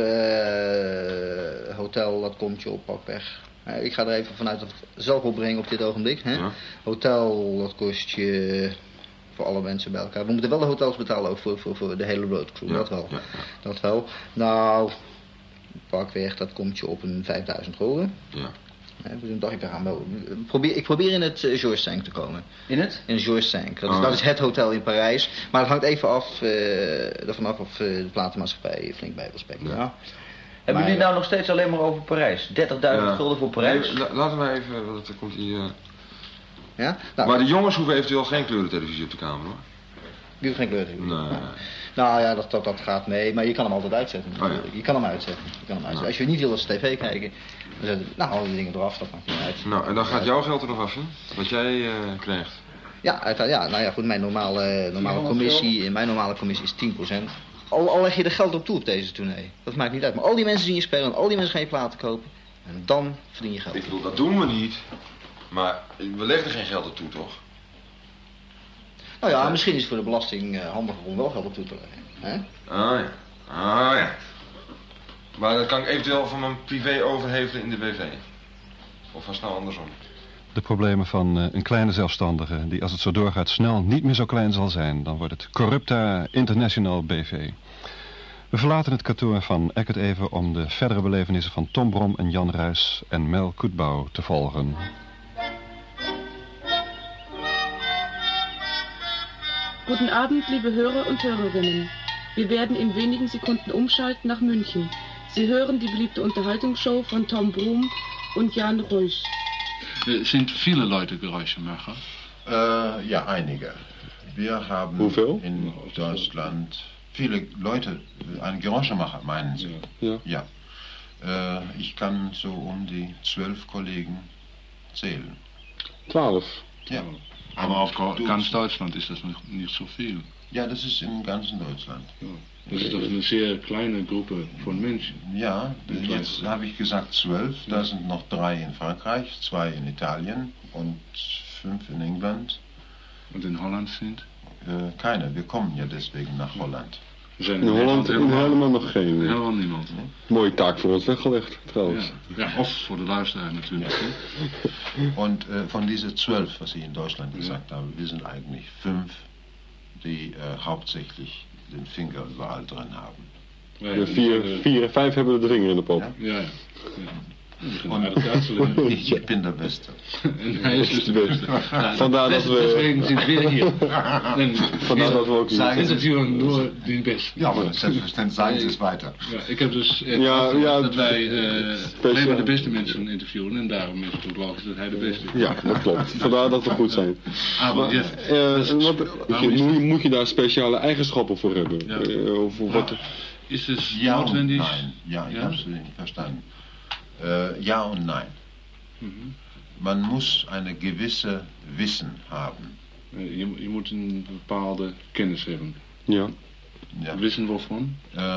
Hotel, dat komt je op pakweg. Ik ga er even vanuit dat het zelf opbrengen op dit ogenblik. Hè? Ja. Hotel, dat kost je... voor alle mensen bij elkaar. We moeten wel de hotels betalen ook voor de hele roadcrew. Ja, dat wel. Nou, pakweg, dat komt je op een 5.000 gulden. Ja. Dus een dagje per aan. Ik probeer in het Georges Cinq te komen. In het? In Georges Cinq. Dat is het hotel in Parijs. Maar het hangt even ervan af of de platenmaatschappij flink bij wil spreken. Ja. Hebben jullie nou nog steeds alleen maar over Parijs? 30.000 gulden voor Parijs? Nee, laten we even, want er komt hier... Ja? Nou, maar de jongens hoeven eventueel geen kleurentelevisie op de kamer, hoor. Die hoeft geen kleurentelevisie? Nee. Nou ja, dat gaat mee, maar je kan hem altijd uitzetten. Oh, ja. Je kan hem uitzetten. Nou. Als je niet wil dat ze tv kijken, dan zetten halen die dingen eraf, dat maakt niet uit. Nou, en dan gaat jouw geld er nog af, hè? Wat jij krijgt. Ja, uiteraard. Ja, nou ja, goed, mijn normale commissie is 10%. Al leg je er geld op toe op deze tournee. Dat maakt niet uit. Maar al die mensen zien je spelen en al die mensen gaan je platen kopen. En dan verdien je geld. Ik bedoel, dat doen we niet. Maar we leggen er geen geld op toe, toch? Nou ja, misschien is het voor de belasting handiger om wel geld op toe te leggen. Hè? Ah ja. Maar dat kan ik eventueel van mijn privé overhevelen in de BV. Of was het nou andersom? De problemen van een kleine zelfstandige die als het zo doorgaat snel niet meer zo klein zal zijn. Dan wordt het Corrupta International BV. We verlaten het kantoor van Eckert even om de verdere belevenissen van Tom Brom en Jan Ruys en Mel Koetbouw te volgen. Guten Abend, liebe Hörer und Hörerinnen. Wir werden in wenigen Sekunden umschalten nach München. Sie hören die beliebte Unterhaltungsshow von Tom Brom und Jan Ruys. Sind viele Leute Geräuschemacher? Ja, einige. Wir haben in Deutschland viele Leute, ein Geräuschemacher, meinen Sie? Ja. Ich kann so um die 12 Kollegen zählen. 12? Ja. Aber auf ganz Deutschland ist das nicht so viel. Ja, das ist in ganzen Deutschland. Ja. Das ist doch eine sehr kleine Gruppe von Menschen. Ja, jetzt habe ich gesagt 12. Da sind noch 3 in Frankreich, 2 in Italien und 5 in England. Und in Holland sind? Keine, wir kommen ja deswegen nach Holland. In Holland helemaal nog geen. Helemaal niemand. Hè? Mooie taak voor ons weggelegd, trouwens. Ja, of voor de luisteraar natürlich. Und von diesen 12, was ich in Deutschland gesagt habe, wir sind eigentlich 5, die hauptsächlich den Finger überall drin haben. Ja, 4 en 5 hebben de vinger in de pop. Ja. Ich bin der Beste. Hij is de beste. Vandaar dat we... Deswegen sind wir hier. Vandaar dat we ook niet interviewen nur den Besten. Ja, maar selbstverständlich sagen Sie es weiter. Ja, ik heb dus dat wij alleen maar de beste mensen interviewen en daarom is het ook logisch dat hij de beste is. Ja, dat klopt. Vandaar dat we goed zijn. Moet je daar speciale eigenschappen voor hebben? Ja. Of wat? Is het notwendig? Nein. Ja, ich habe es nicht verstanden. Ja und nein. Man muss eine gewisse Wissen haben. Je moet een bepaalde kennis hebben. Ja. Ja. Wissen wovon?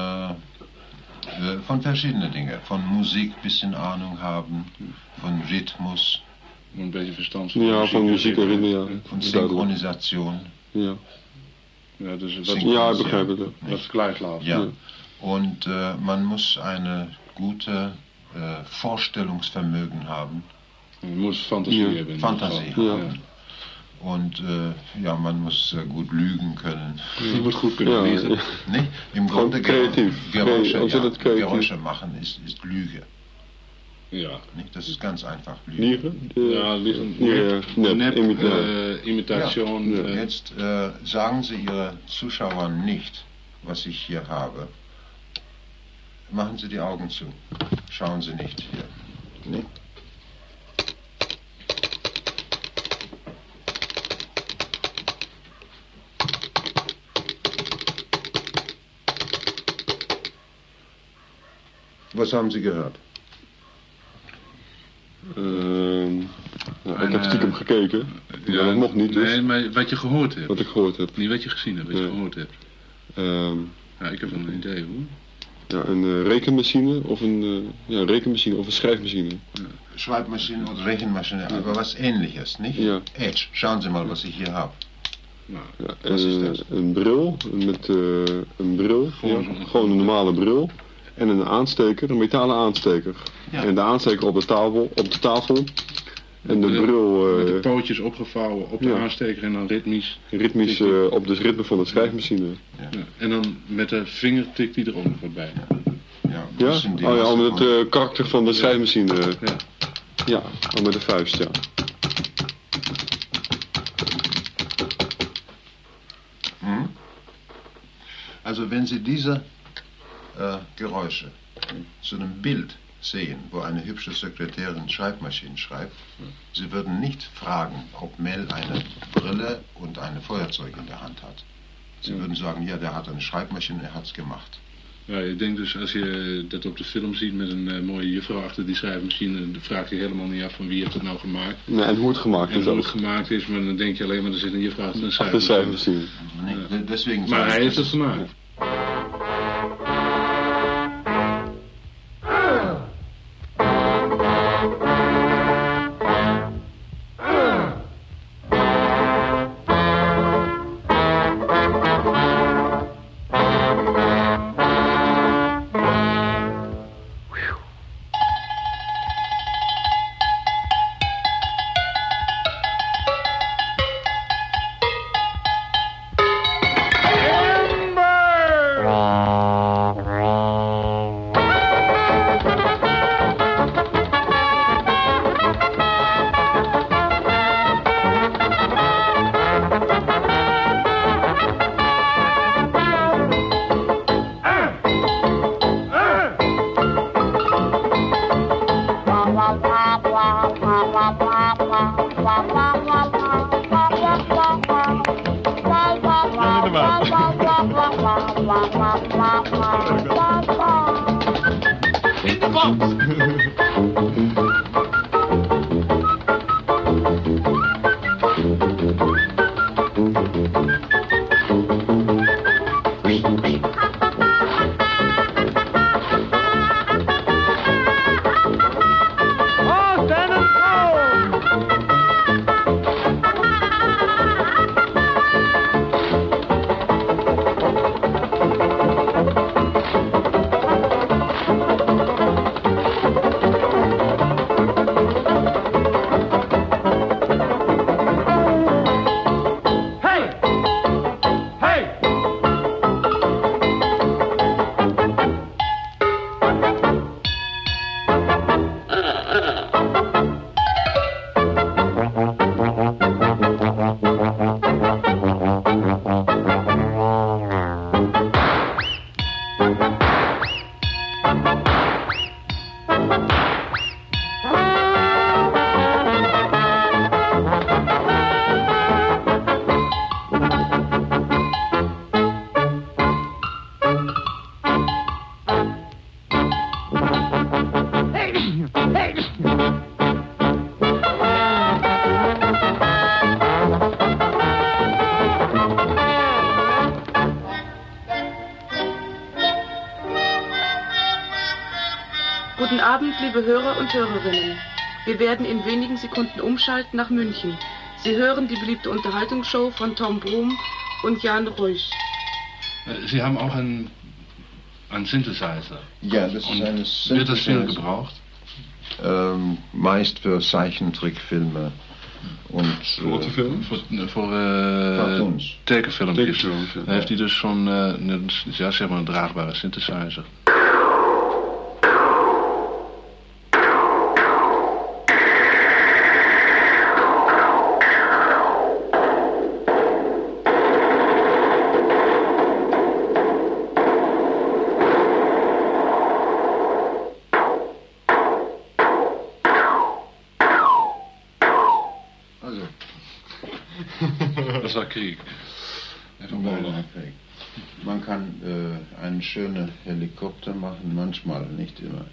Von verschiedenen Dingen. Von Musik ein bisschen Ahnung haben, von Rhythmus. Een beetje verstand van muziek en ritme, ja. Von Synchronisation. Ja. Ja, dus ja, ik begrijp het. Dat is gleichschlafen. Ja. Und man muss eine gute Vorstellungsvermögen haben. Man muss Fantasie hebben. Fantasie haben. Ja. Und ja, man muss gut lügen können. Je moet goed kunnen lesen. Ja. Nee, im Grunde Geräusche machen ist Lüge. Ja. Das ist ganz einfach. Lüge. Ja, Imitation. Ja. Jetzt sagen Sie Ihren Zuschauern nicht, was ich hier habe. Machen Sie die Augen zu. Schauen Sie nicht hier. Nee? Was haben Sie gehört? Ik heb stiekem gekeken. Ja, dat mocht niet. Dus. Nee, maar wat je gehoord hebt. Wat ik gehoord heb. Niet wat je gezien hebt, wat je gehoord hebt. Ja, ik heb wel een idee hoor. Ja, een rekenmachine of een rekenmachine of een schrijfmachine. Ja. Schreibmaschine oder Rechenmaschine, aber was ähnliches, nicht? Ja. Edge, schauen Sie mal, was ich hier habe. Ja, was is dat? Een bril, met een bril, gewoon een normale bril. En een aansteker, een metalen aansteker. Ja. En de aansteker op de tafel. En de bril... met de pootjes opgevouwen op de aansteker en dan ritmisch... Ritmisch op het ritme van de schrijfmachine. Ja. Ja. En dan met de vinger tikt die er ook nog wat bij. Ja? Al met het karakter van de schrijfmachine. Ja. Ja, al met de vuist, ja. Also wenn Sie diese Geräusche zu einem Bild sehen, wo eine hübsche Sekretärin Schreibmaschinen schreibt, Sie würden nicht fragen, ob Mel eine Brille und ein Feuerzeug in der Hand hat. Sie würden sagen, ja, der hat eine Schreibmaschine, er hat's gemacht. Ja, ik denk dus als je dat op de film ziet met een mooie juffrouw achter die schrijfmachine, dan vraag je helemaal niet af van wie heeft het nou gemaakt. Nee, en hoe het gemaakt is. En hoe het gemaakt is, maar dan denk je alleen maar er zit een juffrouw achter een schrijfmachine. Deswegen maar hij heeft het gemaakt. Abend, liebe Hörer und Hörerinnen. Wir werden in wenigen Sekunden umschalten nach München. Sie hören die beliebte Unterhaltungsshow von Tom Brom und Jan Reusch. Sie haben auch einen Synthesizer. Ja, das ist eine Synthesizer. Wird das viel gebraucht? Meist für Zeichentrickfilme und Voor tekenfilmpjes. Dan heeft hij dus zo'n zeg maar een draagbare synthesizer. Das war Krieg. Man kann einen schönen Helikopter machen, manchmal, nicht immer.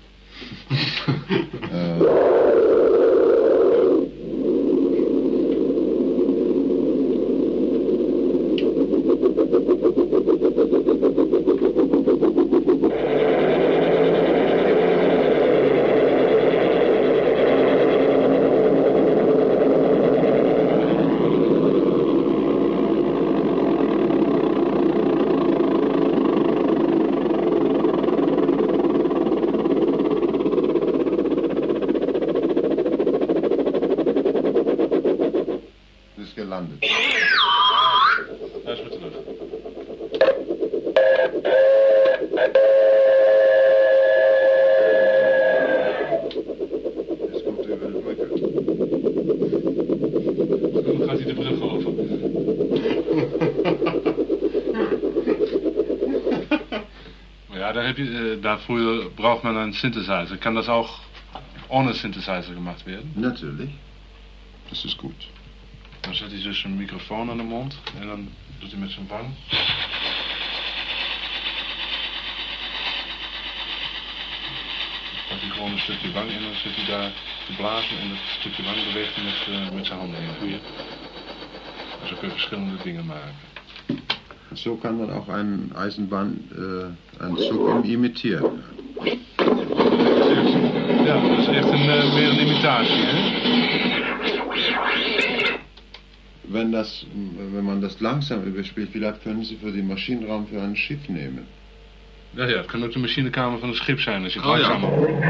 Gelandet. Hij is weer terug. Jetzt kommt er über de brug. Dan gaat hij de brug over. Ja, daarvoor braucht man einen Synthesizer. Kann das auch ohne Synthesizer gemacht werden? Natürlich. Das ist gut. Dan zet hij dus een microfoon aan de mond en dan doet hij met zijn wang. Dan pakt hij gewoon een stukje wang en dan zit hij daar te blazen en dat stukje wang beweegt hij met zijn handen heen en weer. En zo kun je verschillende dingen maken. So kann man auch einen Eisenbahnanzug imitieren. Ja, dat is echt meer een imitatie, hè? Wenn man das langsam überspielt, vielleicht können Sie für den Maschinenraum für ein Schiff nehmen. Ja, het kan ook de machinekamer van een schip zijn als je het langzaam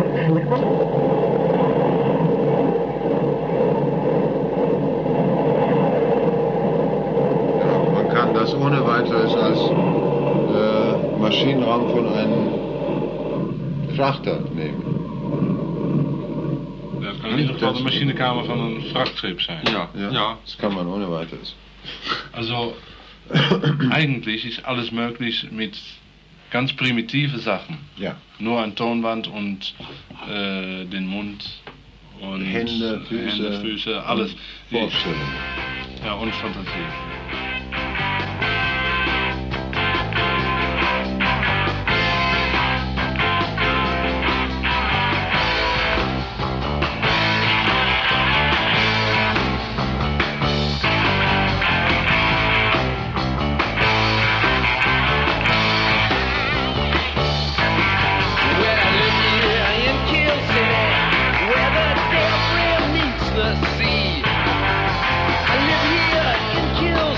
Man kann das ohne weiteres als Maschinenraum von einem Frachter nemen. Dat kan in ieder geval de machinekamer van een vrachtschip zijn. Ja, das kann man ohne weiteres. Also, eigentlich ist alles möglich mit ganz primitive Sachen. Ja. Nur ein Tonband und den Mund und Hände, Füße, alles. Vorstellung. Ja, und Fantasie. Kill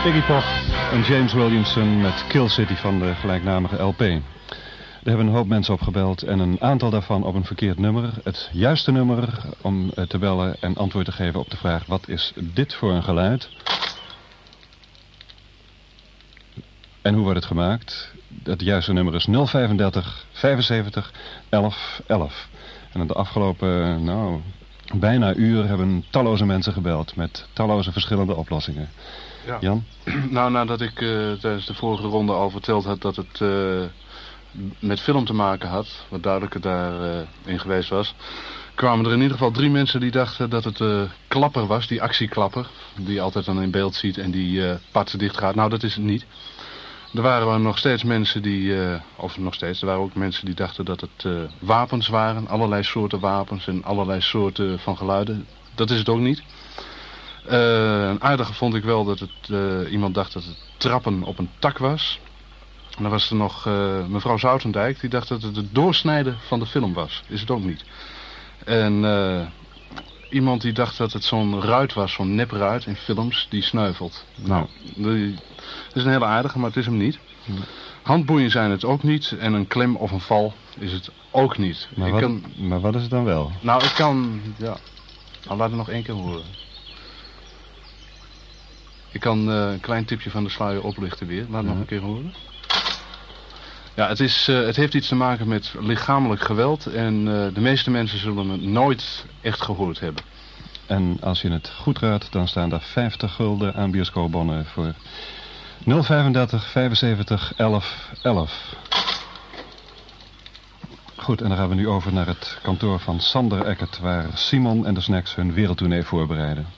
Iggy Pop en James Williamson met Kill City van de gelijknamige LP. Er hebben een hoop mensen opgebeld en een aantal daarvan op een verkeerd nummer. Het juiste nummer om te bellen en antwoord te geven op de vraag: wat is dit voor een geluid? En hoe wordt het gemaakt? Het juiste nummer is 035 75 11 11. En in de afgelopen, bijna uur hebben talloze mensen gebeld met talloze verschillende oplossingen. Ja. Jan? Nou, nadat ik tijdens de vorige ronde al verteld had dat het met film te maken had, wat duidelijker daarin geweest was, kwamen er in ieder geval 3 mensen die dachten dat het klapper was, die actieklapper, die je altijd dan in beeld ziet en die patsen dicht gaat. Nou, dat is het niet. Er waren nog steeds mensen er waren ook mensen die dachten dat het wapens waren, allerlei soorten wapens en allerlei soorten van geluiden. Dat is het ook niet. Een aardige vond ik wel dat iemand dacht dat het trappen op een tak was. En dan was er nog mevrouw Zoutendijk, die dacht dat het doorsnijden van de film was. Is het ook niet. En iemand die dacht dat het zo'n ruit was, zo'n nepruit in films, die sneuvelt. Nou, dat is een hele aardige, maar het is hem niet. Handboeien zijn het ook niet en een klem of een val is het ook niet. Maar wat is het dan wel? Nou, ik kan, ja, nou, laat het nog 1 keer horen. Ik kan een klein tipje van de sluier oplichten weer. Laat het nog een keer horen. Ja, het heeft iets te maken met lichamelijk geweld en de meeste mensen zullen het nooit echt gehoord hebben. En als je het goed raadt, dan staan daar 50 gulden aan bioscoopbonnen voor 035 75 11 11. Goed, en dan gaan we nu over naar het kantoor van Sander Eckert, waar Simon en de Snacks hun wereldtournee voorbereiden.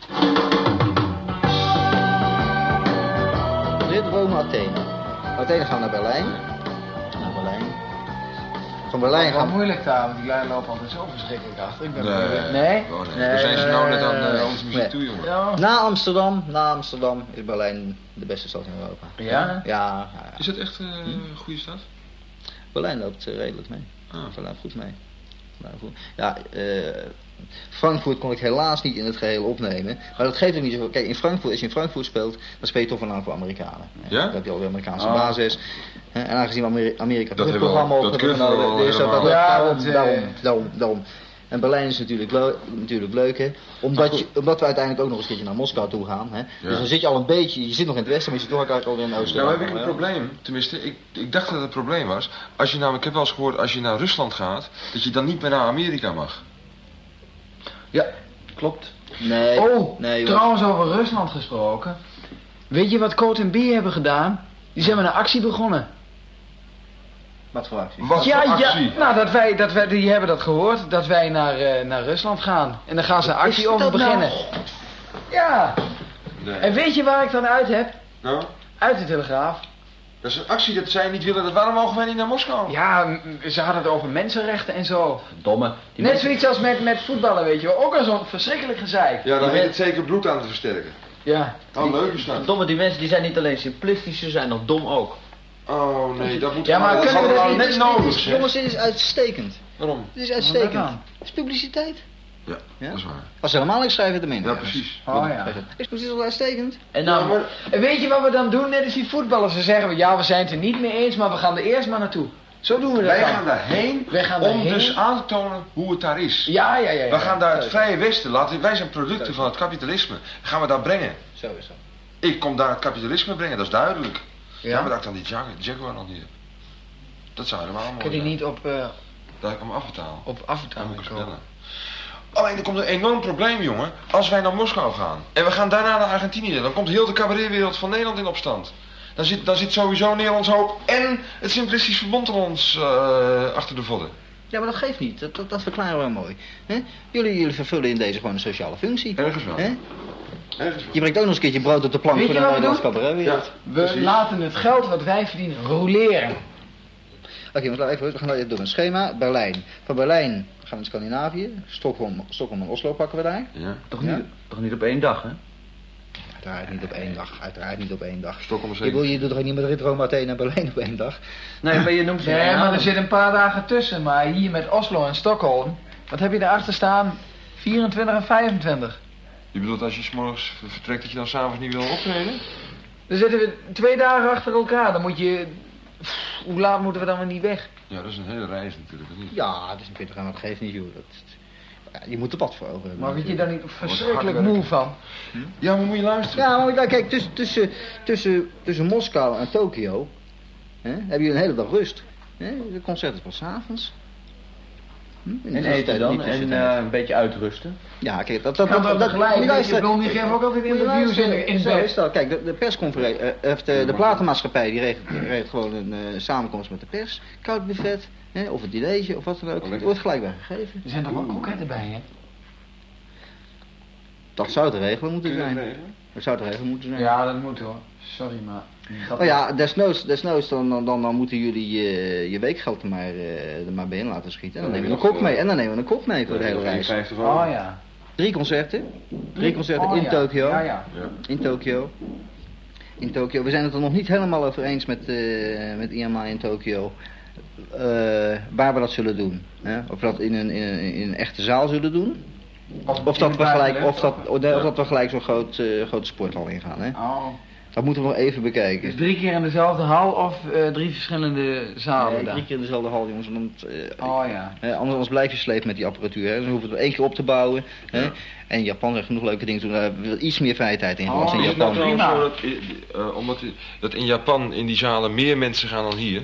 Rome, Athene. Athene gaan we naar Berlijn. Van Berlijn gaan we... moeilijk daar, want die lui lopen altijd zo verschrikkelijk achter. Ik ben nee? Daar zijn ze nou net aan onze muziek toe, jongen. Ja. Na Amsterdam is Berlijn de beste stad in Europa. Ja? Ja. Is dat echt een goede stad? Berlijn loopt redelijk mee. Berlijn goed mee. Ja, Frankfurt kon ik helaas niet in het geheel opnemen. Maar dat geeft ook niet zoveel. Kijk, als je in Frankfurt speelt, dan speel je toch voornamelijk voor Amerikanen. Ja? Dan heb je al de Amerikaanse basis. En aangezien Amerika dat het programma op hebben genomen, is daarom. En Berlijn is natuurlijk leuk, hè. Omdat we uiteindelijk ook nog eens een keertje naar Moskou toe gaan, hè. Ja. Dus dan zit je al een beetje, je zit nog in het westen, maar je zit toch eigenlijk al in het oosten. Nou, heb ik een probleem. Tenminste, ik dacht dat het een probleem was. Als je ik heb wel eens gehoord, als je naar Rusland gaat, dat je dan niet meer naar Amerika mag. Ja, klopt. Nee, trouwens over Rusland gesproken. Weet je wat Coat & Bee hebben gedaan? Die zijn met een actie begonnen. Wat voor actie? Ja, nou die hebben dat gehoord, dat wij naar Rusland gaan. En dan gaan ze een actie over beginnen. Nou? Ja. Nee. En weet je waar ik dan uit heb? Nou? Uit de Telegraaf. Dat is een actie dat zij niet willen, waarom mogen wij niet naar Moskou? Ja, ze hadden het over mensenrechten en zo. Domme. Net zoiets als met voetballen, weet je wel. Ook al zo'n verschrikkelijk gezeik. Ja, dan heet het zeker bloed aan te versterken. Ja. Oh, leuk is dat. Domme, die mensen die zijn niet alleen simplistisch, ze zijn nog dom ook. Oh nee, dat moet maar kunnen we dat niet nodig zijn. Jongens, dit is uitstekend. Waarom? Dit is uitstekend. Het is publiciteit. Ja, dat is waar. Als ze helemaal niks schrijven, dan minder. Ja, precies. Oh ja. Is precies wel uitstekend. En weet je wat we dan doen? Net als die voetballers. Ze zeggen, ja, we zijn het er niet mee eens, maar we gaan er eerst maar naartoe. Zo doen we dat. Wij gaan daarheen om dus aan te tonen hoe het daar is. Ja. We gaan daar het Vrije Westen, wij zijn producten van het kapitalisme. Gaan we daar brengen. Zo is dat. Ik kom daar het kapitalisme brengen, dat is duidelijk. Ja, maar dat ik dan die Jaguar nog niet heb. Dat zou helemaal mooi zijn. Kun je niet op... dat ik hem afbetaal. Op afbetaal moet ik bellen. Alleen er komt een enorm probleem, jongen. Als wij naar Moskou gaan en we gaan daarna naar Argentinië, dan komt heel de cabaretwereld van Nederland in opstand. Dan zit sowieso Nederlands Hoop en het Simplistisch Verbond ons achter de vodden. Ja, maar dat geeft niet. Dat verklaren we mooi. He? Jullie vervullen in deze gewoon een sociale functie. Ergens wel. Je brengt ook nog eens een keertje brood op de plank voor de Nederlandse cabaretwereld. Ja, we laten het geld wat wij verdienen roleren. Oké, we gaan even door een schema. Berlijn. Van Berlijn gaan we naar Scandinavië. Stockholm en Oslo pakken we daar. Ja. Toch niet op 1 dag, hè? Uiteraard niet op één dag. Stockholm is je doet toch niet met Rome, Athene en Berlijn op 1 dag? Nee, maar je noemt ze maar er zitten een paar dagen tussen. Maar hier met Oslo en Stockholm, wat heb je daarachter staan? 24 en 25. Je bedoelt als je 's morgens vertrekt dat je dan s'avonds niet wil optreden? Dan zitten we 2 dagen achter elkaar. Dan moet je... Hoe laat moeten we dan weer niet weg? Ja, dat is een hele reis natuurlijk, of niet? Ja, het is een 20 aan, dat geeft niet, joh. Ja, je moet er wat voor over hebben. Maar word je daar niet verschrikkelijk moe van? Ja, maar moet je luisteren. Ja, maar kijk, tussen Moskou en Tokio heb je een hele dag rust. Het concert is pas 's avonds. En eten dan? En een beetje uitrusten? Ja, kijk, dat gelijk. Die geven ook altijd interviews in bed. Kijk, de persconferentie, de platenmaatschappij die regelt gewoon een samenkomst met de pers. Koud buffet, of een dinertje of wat dan ook. Het wordt gelijk bij gegeven. Er zijn toch wel kroketten bij, hè? Dat zou te regelen moeten zijn. Dat zou te regelen moeten zijn. Ja, dat moet hoor. Sorry, maar... Oh ja, desnoods dan moeten jullie je weekgeld er maar bij in laten schieten. En dan nemen we een kok mee. En dan nemen we een kok mee voor de hele reis. Oh ja. 3 concerten. 3 concerten in Tokio. Ja. In Tokio. In Tokio. We zijn het er nog niet helemaal over eens met IMI in Tokio. Waar we dat zullen doen. Of we dat in een echte zaal zullen doen. Of dat we gelijk zo'n grote sporthal ingaan. Hè? Oh. Dat moeten we nog even bekijken. Dus 3 keer in dezelfde hal of 3 verschillende zalen? Nee, 3 keer in dezelfde hal, jongens. Want, oh ja. Anders blijf je slepen met die apparatuur. Hè. Dan hoeven we het 1 keer op te bouwen. Ja. Hè. En Japan heeft genoeg leuke dingen te doen. Daar hebben we iets meer vrijheid in gelast in Japan. Is het nou zo omdat dat in Japan in die zalen meer mensen gaan dan hier?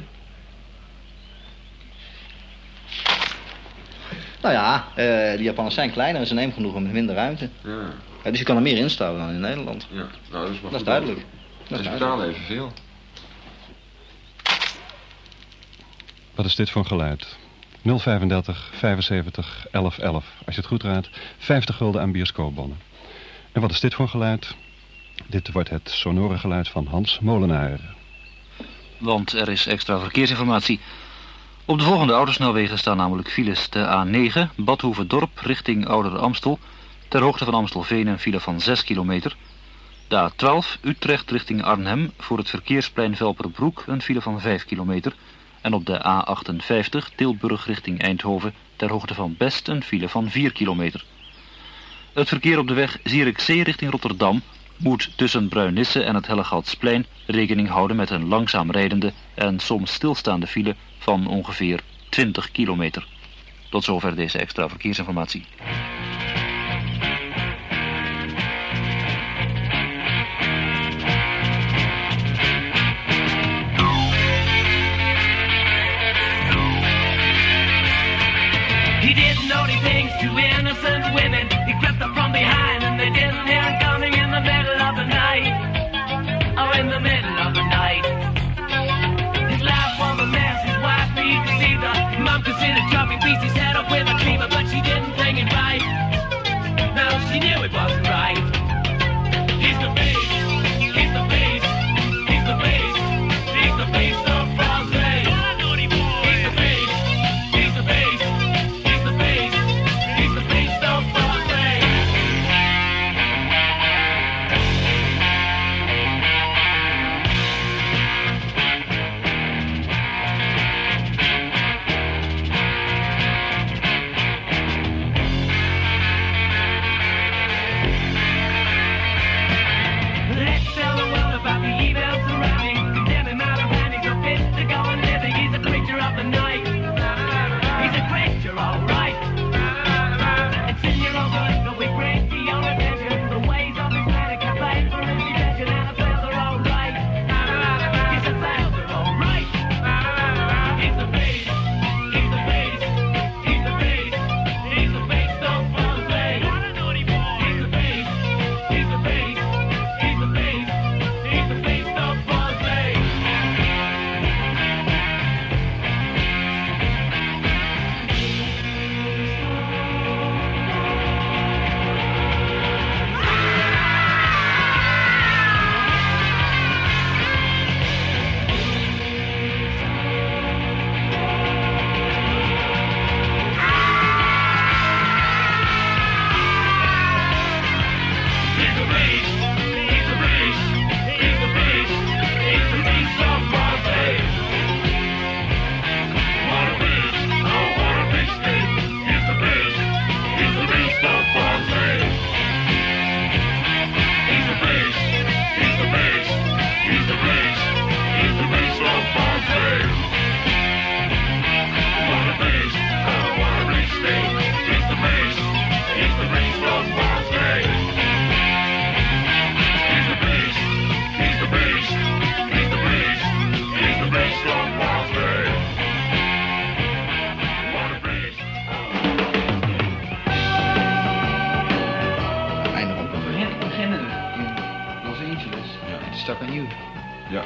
Nou ja, de Japanners zijn kleiner en ze nemen genoeg met minder ruimte. Ja. Dus je kan er meer instappen dan in Nederland. Ja, nou, dat is duidelijk. Dus we betalen evenveel. Wat is dit voor een geluid? 035 75 11 11. Als je het goed raadt, 50 gulden aan bioscoopbonnen. En wat is dit voor een geluid? Dit wordt het sonore geluid van Hans Molenaar. Want er is extra verkeersinformatie. Op de volgende autosnelwegen staan namelijk files: de A9, Badhoevedorp richting Ouder Amstel. Ter hoogte van Amstelveen een file van 6 kilometer. De A12, Utrecht richting Arnhem, voor het verkeersplein Velperbroek een file van 5 kilometer. En op de A58, Tilburg richting Eindhoven, ter hoogte van Best een file van 4 kilometer. Het verkeer op de weg Zierikzee richting Rotterdam moet tussen Bruinisse en het Hellegaldsplein rekening houden met een langzaam rijdende en soms stilstaande file van ongeveer 20 kilometer. Tot zover deze extra verkeersinformatie. He did naughty things to innocent women. He crept up from behind and they didn't hear him coming in the middle of the night. Oh, in the middle of the night. His life was a mess, his wife, he deceived her. Mom considered chopping pieces head up with a cleaver, but she didn't think it right. No, she knew it wasn't right. He's the face, he's the face, he's the face, he's the face of Broadway. He's the face, he's the face.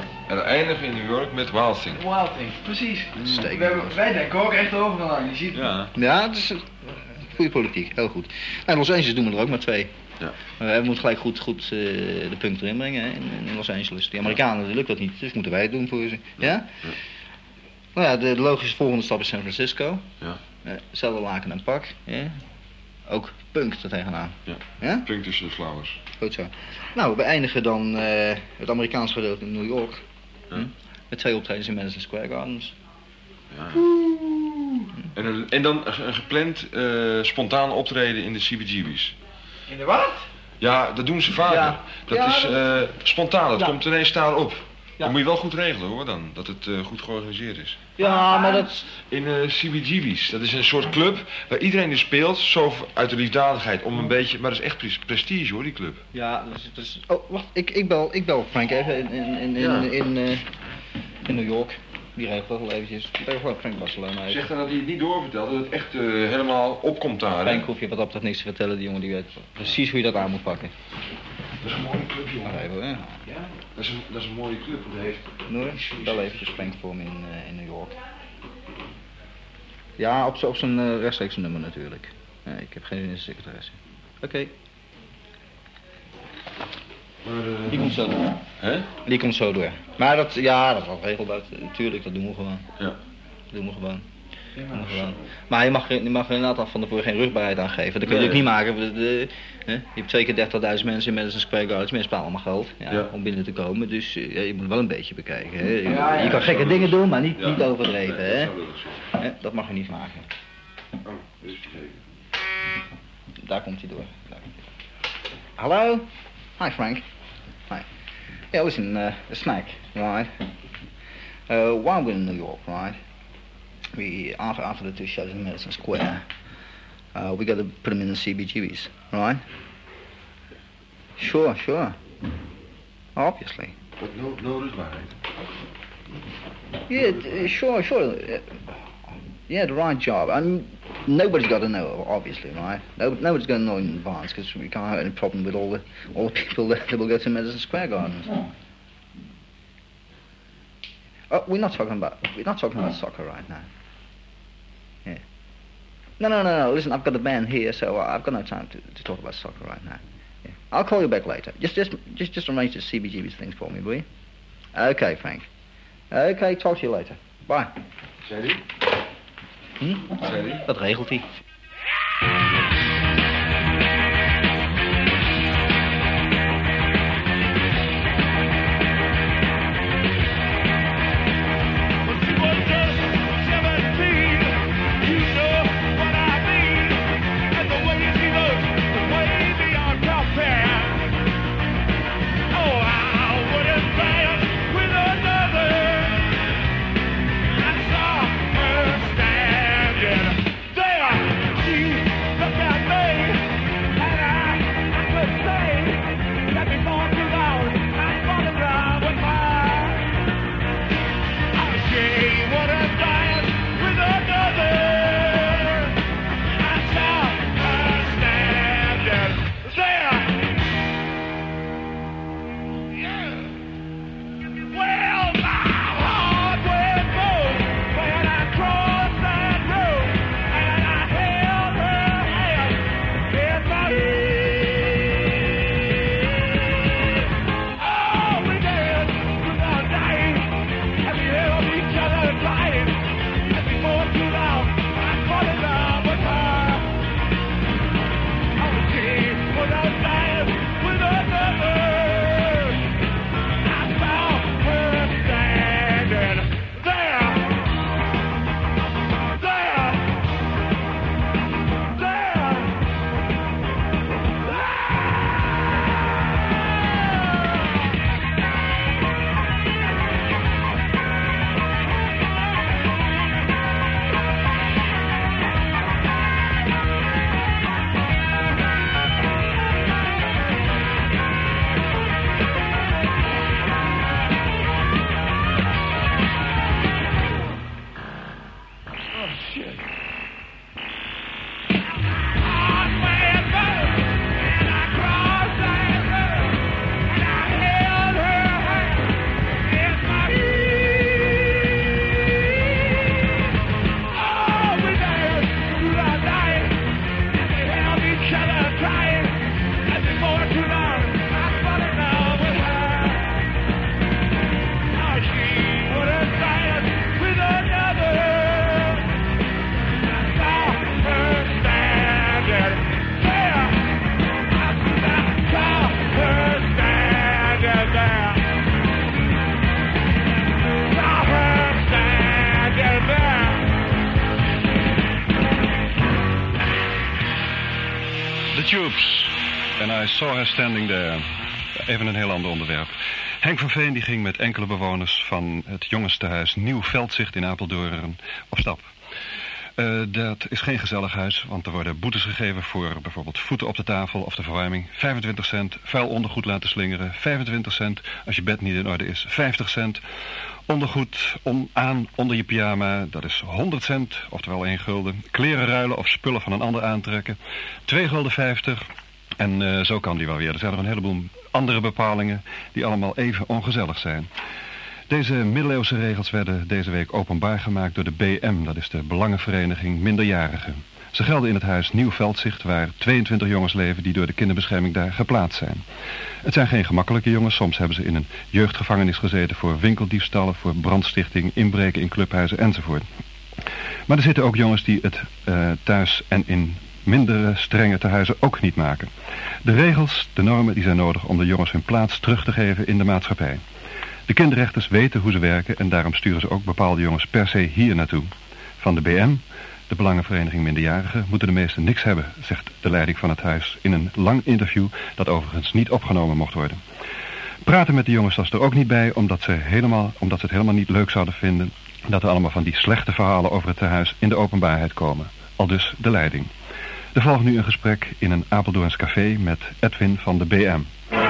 En dan eindigen in New York met Wild Thing. Wild Thing, precies. Wij denken ook echt overal aan, je ziet het. Ja, het is goede politiek, heel goed. En Los Angeles doen we er ook maar 2. Ja. We moeten gelijk goed de punten erin brengen hè, in Los Angeles. Die Amerikanen lukt dat niet, dus moeten wij het doen voor ze. Ja? Nou ja, de logische volgende stap is San Francisco. Ja. Hetzelfde laken en pak. Ja? Ook punk er tegenaan. Ja? Punk tussen de flowers. Goed zo. Nou, we eindigen dan het Amerikaans gedeelte in New York. Ja. Met 2 optredens in Madison Square Gardens. Ja. En dan een gepland spontaan optreden in de CBGB's. In de wat? Ja, dat doen ze vaker. Ja. Dat is spontaan, dat komt ineens daar op. Ja. Dat moet je wel goed regelen hoor dan, dat het goed georganiseerd is. Ja, maar dat... In CBGB's, dat is een soort club waar iedereen dus speelt, zo uit de liefdadigheid om een beetje, maar dat is echt prestige hoor, die club. Ja, dus oh, wacht, ik bel Frank even in New York. Die regelt dat wel eventjes. Ik bel gewoon Frank Barcelona even. Zeg dan dat hij het niet doorvertelt, dat het echt helemaal opkomt daar. Frank hoef je wat op dat niks te vertellen, die jongen die weet precies hoe je dat aan moet pakken. Dat is een mooie club jongen. Maar even, hè? Ja, dat is een mooie club. Dat heeft... Noor, bel eventjes Frank voor me in New York. Ja, op zijn rechtstreekse nummer natuurlijk. Nee, ik heb geen secretaresse. Oké. Die komt zo door. Hè? Die komt zo door. Maar dat is wel geregeld. Natuurlijk, dat doen we gewoon. Ja. Dat doen we gewoon. Maar je mag er inderdaad van tevoren geen rugbaarheid aan geven. Dat kun je ook niet maken. Je hebt 2 keer 30.000 mensen in Madison Square Gardens. Mensen betalen allemaal geld om binnen te komen. Dus je moet wel een beetje bekijken. Hè. Je kan gekke dingen doen, maar niet overdreven. Hè. Dat mag je niet maken. Oh, dit is vergeten. Daar komt hij door. Hallo? Hi Frank. Hi. Yeah, listen, a snack, right? While we're in New York, right? We after the 2 shows in Madison Square, we got to put them in the CBGBs, right? Sure. Obviously. But no rugbaarheid. Yeah, sure. Yeah, the right job. I mean, nobody's got to know, obviously, right? Nobody's going to know in advance because we can't have any problem with all the people that will go to Madison Square Gardens. Oh, we're not talking about soccer right now. Yeah. No. Listen, I've got a band here, so I've got no time to talk about soccer right now. Yeah. I'll call you back later. Just arrange the CBGB's things for me, will you? Okay, Frank. Okay, talk to you later. Bye. Zei die? Zei die? Dat regelt hij. Tubes. And I saw her standing there. Even een heel ander onderwerp. Henk van Veen die ging met enkele bewoners van het jongenstehuis Nieuw Veldzicht in Apeldoorn op stap. Dat is geen gezellig huis, want er worden boetes gegeven voor bijvoorbeeld voeten op de tafel of de verwarming. 25 cent, vuil ondergoed laten slingeren. 25 cent, als je bed niet in orde is. 50 cent, ondergoed aan onder je pyjama, dat is 100 cent, oftewel 1 gulden. Kleren ruilen of spullen van een ander aantrekken. 2,50 gulden. En zo kan die wel weer. Er zijn nog een heleboel andere bepalingen die allemaal even ongezellig zijn. Deze middeleeuwse regels werden deze week openbaar gemaakt door de BM, dat is de Belangenvereniging Minderjarigen. Ze gelden in het huis Nieuw Veldzicht, waar 22 jongens leven die door de kinderbescherming daar geplaatst zijn. Het zijn geen gemakkelijke jongens, soms hebben ze in een jeugdgevangenis gezeten voor winkeldiefstallen, voor brandstichting, inbreken in clubhuizen enzovoort. Maar er zitten ook jongens die het thuis en in mindere strenge tehuizen ook niet maken. De regels, de normen, die zijn nodig om de jongens hun plaats terug te geven in de maatschappij. De kinderrechters weten hoe ze werken en daarom sturen ze ook bepaalde jongens per se hier naartoe. Van de BM, de Belangenvereniging Minderjarigen, moeten de meesten niks hebben, zegt de leiding van het huis in een lang interview dat overigens niet opgenomen mocht worden. Praten met de jongens was er ook niet bij, omdat ze het helemaal niet leuk zouden vinden dat er allemaal van die slechte verhalen over het tehuis in de openbaarheid komen. Aldus de leiding. Er volgt nu een gesprek in een Apeldoorns café met Edwin van de BM.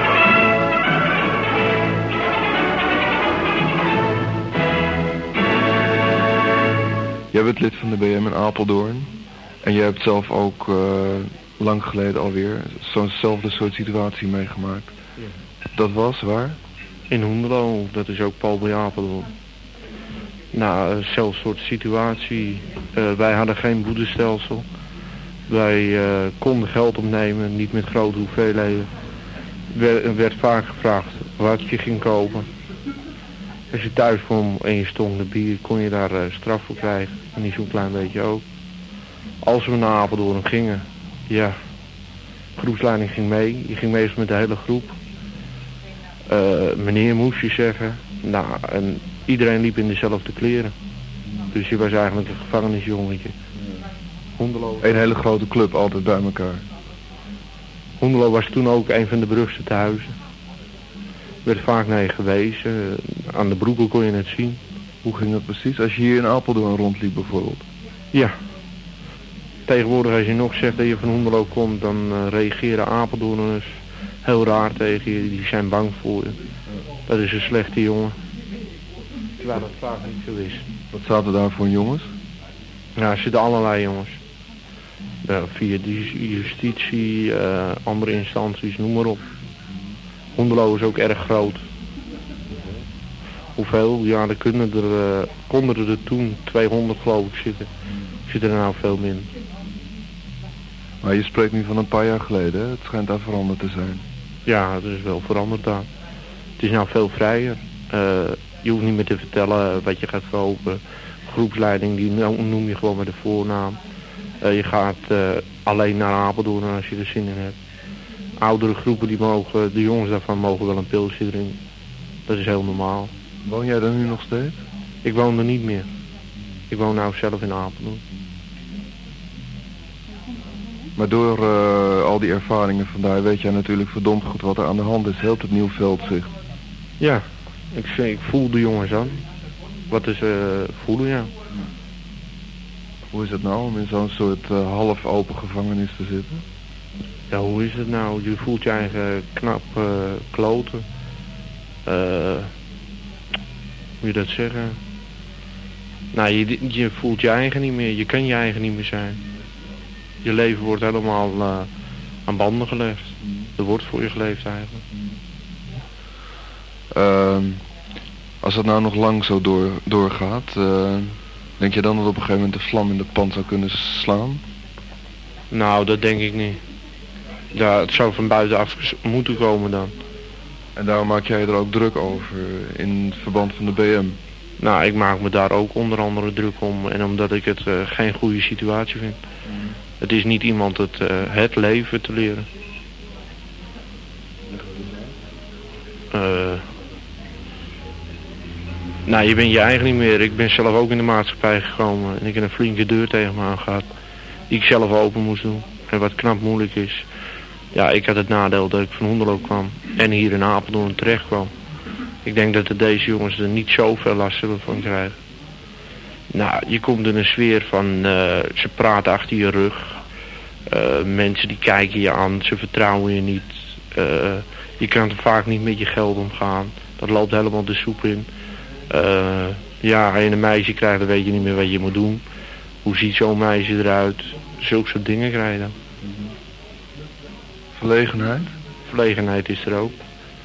Jij bent lid van de BM in Apeldoorn. En jij hebt zelf ook lang geleden alweer zo'nzelfde soort situatie meegemaakt. Ja. Dat was waar? In Hoenderloo, dat is ook Paul bij Apeldoorn. Nou, zelfde soort situatie. Wij hadden geen boetestelsel. Wij konden geld opnemen, niet met grote hoeveelheden. Er werd vaak gevraagd wat je ging kopen. Als je thuis kwam en je stond de bier, kon je daar straf voor krijgen. En niet zo'n klein beetje ook. Als we naar Apeldoorn gingen, ja, groepsleiding ging mee. Je ging meestal met de hele groep. Meneer moest je zeggen. Nou, en iedereen liep in dezelfde kleren. Dus je was eigenlijk een gevangenisjongetje. Een hele grote club, altijd bij elkaar. Hoenderloo was toen ook een van de brugste tehuizen. Er werd vaak naar je gewezen. Aan de broeken kon je het zien. Hoe ging dat precies? Als je hier in Apeldoorn rondliep bijvoorbeeld? Ja. Tegenwoordig als je nog zegt dat je van Hoenderloo komt, dan reageren Apeldoorners heel raar tegen je. Die zijn bang voor je. Dat is een slechte jongen. Terwijl dat vaak niet zo is. Wat zaten daar voor jongens? Ja, er zitten allerlei jongens. Via de justitie, andere instanties, noem maar op. Hoenderloo is ook erg groot. Hoeveel? Ja, er konden er toen 200 geloof ik zitten. Zitten er nou veel minder. Maar je spreekt nu van een paar jaar geleden, hè? Het schijnt daar veranderd te zijn. Ja, het is wel veranderd daar. Het is nou veel vrijer. Je hoeft niet meer te vertellen wat je gaat kopen. Groepsleiding, die noem je gewoon met de voornaam. Je gaat alleen naar Apeldoorn als je er zin in hebt. Oudere groepen, de jongens daarvan mogen wel een pilsje drinken. Dat is heel normaal. Woon jij daar nu nog steeds? Ik woon er niet meer. Ik woon nou zelf in Apeldoorn. Maar door al die ervaringen vandaar weet jij natuurlijk verdomd goed wat er aan de hand is. Heel het Nieuw Veldzicht. Ja, ik voel de jongens aan. Wat is voelen, ja. Hoe is het nou om in zo'n soort half open gevangenis te zitten? Ja, hoe is het nou? Je voelt je eigen knap kloten. Hoe je dat zeggen? Nou, je voelt je eigen niet meer. Je kan je eigen niet meer zijn. Je leven wordt helemaal aan banden gelegd. Er wordt voor je geleefd eigenlijk. Als het nou nog lang zo doorgaat, denk je dan dat op een gegeven moment de vlam in de pan zou kunnen slaan? Nou, dat denk ik niet. Ja, het zou van buitenaf moeten komen dan. En daarom maak jij er ook druk over in het verband van de BM? Nou, ik maak me daar ook onder andere druk om. En omdat ik het geen goede situatie vind. Het is niet iemand het leven te leren. Nou, je bent je eigen niet meer. Ik ben zelf ook in de maatschappij gekomen. En ik heb een flinke deur tegen me aangehad. Die ik zelf open moest doen. En wat knap moeilijk is. Ja, ik had het nadeel dat ik van Hoenderloo kwam en hier in Apeldoorn terecht kwam. Ik denk dat deze jongens er niet zoveel last zullen van krijgen. Nou, je komt in een sfeer van, ze praten achter je rug. Mensen die kijken je aan, ze vertrouwen je niet. Je kan vaak niet met je geld omgaan. Dat loopt helemaal de soep in. Ja, als je een meisje krijgt, dan weet je niet meer wat je moet doen. Hoe ziet zo'n meisje eruit? Zulke soort dingen krijg je dan. Verlegenheid? Verlegenheid is er ook.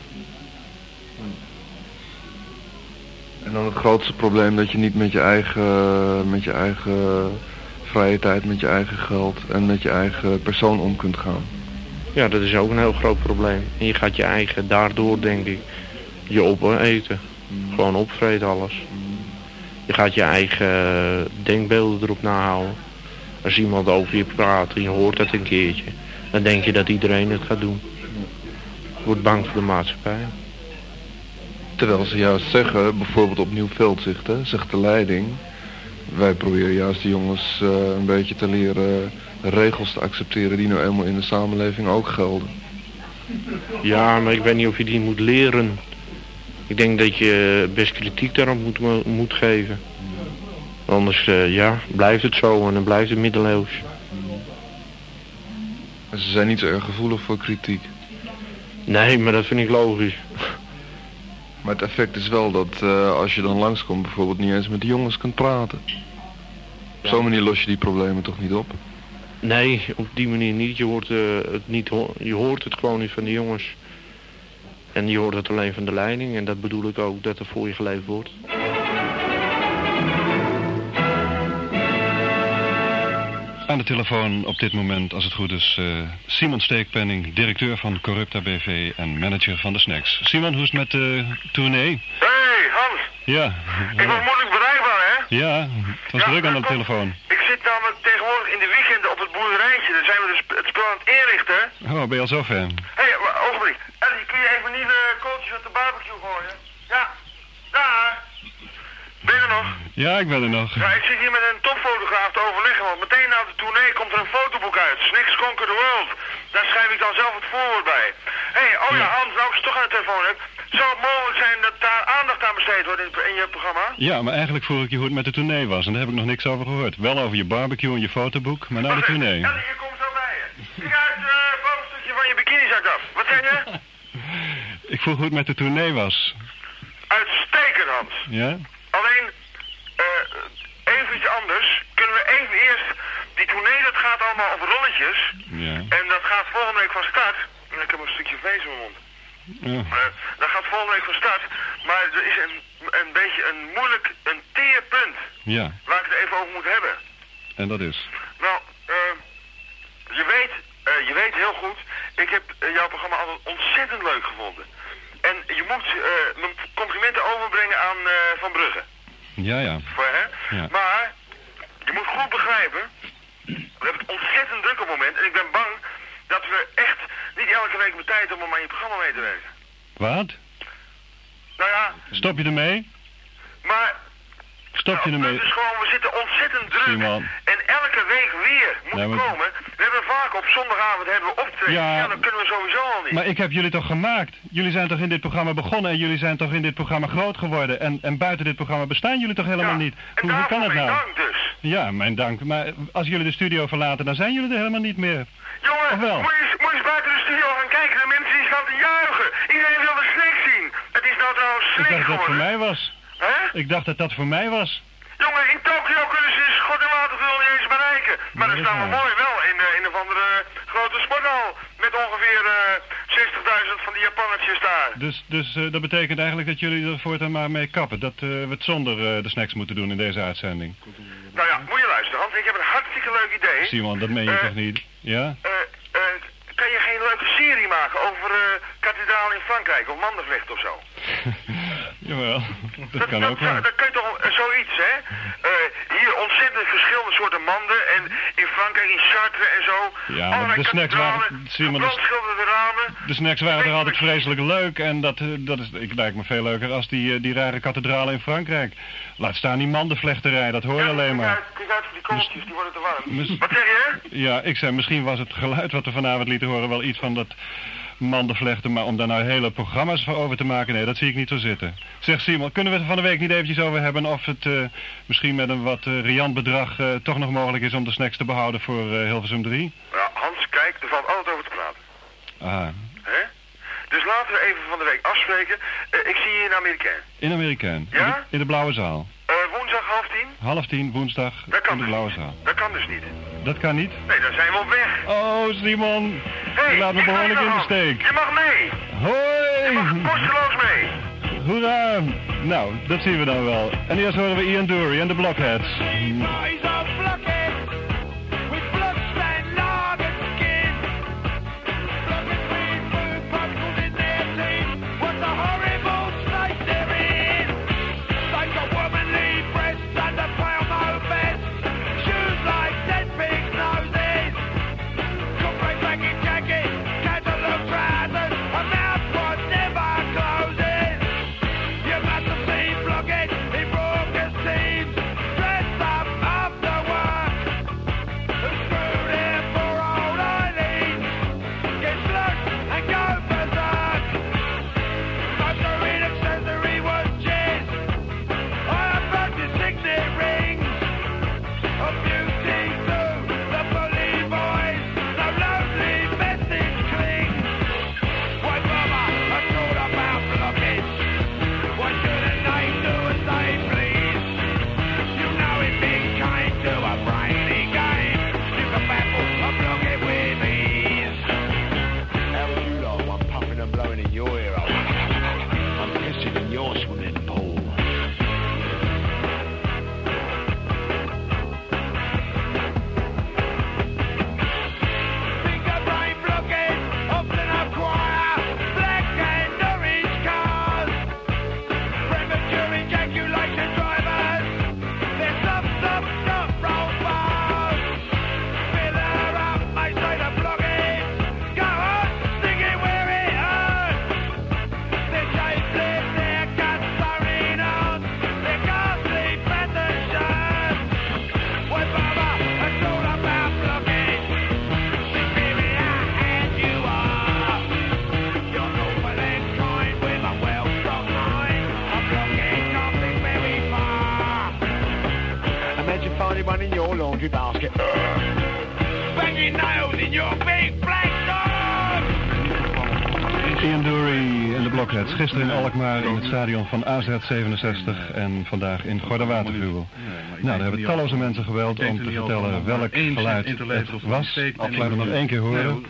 En dan het grootste probleem dat je niet met je eigen vrije tijd, met je eigen geld en met je eigen persoon om kunt gaan. Ja, dat is ook een heel groot probleem. En je gaat je eigen, daardoor denk ik, je opeten. Gewoon opvreten alles. Je gaat je eigen denkbeelden erop nahouden. Als iemand over je praat en je hoort dat een keertje, dan denk je dat iedereen het gaat doen. Je wordt bang voor de maatschappij. Terwijl ze juist zeggen, bijvoorbeeld op Nieuw Veldzicht, zegt de leiding, wij proberen juist de jongens een beetje te leren regels te accepteren die nou eenmaal in de samenleving ook gelden. Ja, maar ik weet niet of je die moet leren. Ik denk dat je best kritiek daarop moet geven. Anders ja, blijft het zo en dan blijft het middeleeuws. Ze zijn niet zo erg gevoelig voor kritiek. Nee, maar dat vind ik logisch. Maar het effect is wel dat als je dan langskomt bijvoorbeeld niet eens met de jongens kunt praten. Op zo'n manier los je die problemen toch niet op? Nee, op die manier niet. Je hoort het gewoon niet van de jongens. En je hoort het alleen van de leiding. En dat bedoel ik ook, dat er voor je geleefd wordt. Aan de telefoon op dit moment, als het goed is, Simon Steekpenning, directeur van Corrupta BV en manager van de Snacks. Simon, hoe is het met de tournee? Hey, Hans. Ja. Ik was moeilijk bereikbaar, hè? Ja, het was druk aan de telefoon. Ik zit namelijk tegenwoordig in de weekenden op het boerderijtje. Daar zijn we dus het spel aan het inrichten. Oh, ben je al zo ver? Hé, ogenblik. Ellie, kun je even nieuwe kooltjes op de barbecue gooien? Ja. Daar. Ben je er nog? Ja, ik ben er nog. Ja, ik zit hier met een topfotograaf te overleggen, want meteen na de tournee komt er een fotoboek uit. Snacks Conquer the World. Daar schrijf ik dan zelf het voorwoord bij. Hé, ja, Hans, nou ik ze toch aan de telefoon heb. Zou het mogelijk zijn dat daar aandacht aan besteed wordt in je programma? Ja, maar eigenlijk vroeg ik je hoe het met de tournee was en daar heb ik nog niks over gehoord. Wel over je barbecue en je fotoboek, maar naar de tournee. Ja, je komt zo bij je. Kijk uit, een stukje van je bikinizak af. Wat zeg je? Ik vroeg hoe het met de tournee was. Uitstekend, Hans. Ja? Alleen, even iets anders. Kunnen we even eerst... Die tournee, dat gaat allemaal op rolletjes. Ja. En dat gaat volgende week van start. En ik heb een stukje vlees in mijn mond. Ja. Dat gaat volgende week van start. Maar er is een beetje een moeilijk, een teerpunt. Ja. Waar ik het even over moet hebben. En dat is? Nou, je weet heel goed. Ik heb jouw programma altijd ontzettend leuk gevonden. En je moet mijn complimenten overbrengen aan Van Brugge. Ja, ja. Ja. Maar je moet goed begrijpen, we hebben het ontzettend druk op het moment en ik ben bang dat we echt niet elke week hebben tijd om aan je programma mee te werken. Wat? Nou ja. Stop je ermee? Maar... Stop je ermee? Het is gewoon, we zitten ontzettend druk. Simon. En elke week weer moet komen. We hebben vaak op zondagavond hebben we optreden. Ja, dan kunnen we sowieso al niet. Maar ik heb jullie toch gemaakt? Jullie zijn toch in dit programma begonnen en jullie zijn toch in dit programma groot geworden? En buiten dit programma bestaan jullie toch helemaal niet? Hoe kan het nou? Mijn dank dus. Ja, mijn dank. Maar als jullie de studio verlaten, dan zijn jullie er helemaal niet meer. Jongen, moet je eens buiten de studio gaan kijken. De mensen die staan te juichen. Iedereen wil de Snake zien. Het is nou trouwens Snake geworden. Ik dacht dat het voor mij was. Ik dacht dat dat voor mij was. Jongen, in Tokio kunnen ze dus God en waterveel niet eens bereiken. Maar dan staan we mooi wel in een of andere grote sporthal. Met ongeveer 60.000 van die Japannetjes daar. Dus dat betekent eigenlijk dat jullie er voortaan maar mee kappen. Dat we het zonder de Snacks moeten doen in deze uitzending. Nou ja, moet je luisteren Hans. Ik heb een hartstikke leuk idee. Simon, dat meen je toch niet? Ja? Kan je geen leuke serie maken over kathedraal in Frankrijk of Mandevlecht of zo? Jawel, dat kan ook wel. Dat kun je toch zoiets, hè? hier ontzettend verschillende soorten manden. En in Frankrijk, in Chartres en zo. Ja, maar de snacks waren... Brandschilderde ramen. De snacks waren er altijd vreselijk leuk. En dat lijkt me veel leuker als die rare kathedralen in Frankrijk. Laat staan die mandenvlechterij, dat hoor je alleen maar. Kijk uit voor die kooltjes, die worden te warm. Wat zeg je? Ja, ik zei, misschien was het geluid wat we vanavond lieten horen wel iets van dat mandenvlechten, maar om daar nou hele programma's voor over te maken, nee, dat zie ik niet zo zitten. Zeg Simon, kunnen we het van de week niet eventjes over hebben of het misschien met een wat riant bedrag toch nog mogelijk is om de snacks te behouden voor Hilversum 3? Ja, Hans, kijk, er valt altijd over te praten. Aha. Hè? Dus laten we even van de week afspreken. Ik zie je in Amerikaan. In Amerikaan? Ja? In de blauwe zaal. Woensdag 9:30? 9:30, woensdag, in de blauwe zaal. Dat kan dus niet. Dat kan niet? Nee, dan zijn we op weg. Oh, Simon. Je laat me behoorlijk in de steek. Je mag mee. Hoi. Je mag kosteloos mee. Hoera. Nou, dat zien we dan wel. En eerst horen we Ian Dury en de Blockheads. Ian Dury en de Blockheads. Gisteren in Alkmaar in het stadion van AZ67 en vandaag in Gorda-Watervliegel. Nou, daar hebben talloze mensen gebeld om te vertellen welk geluid het was. Laten we nog één keer horen.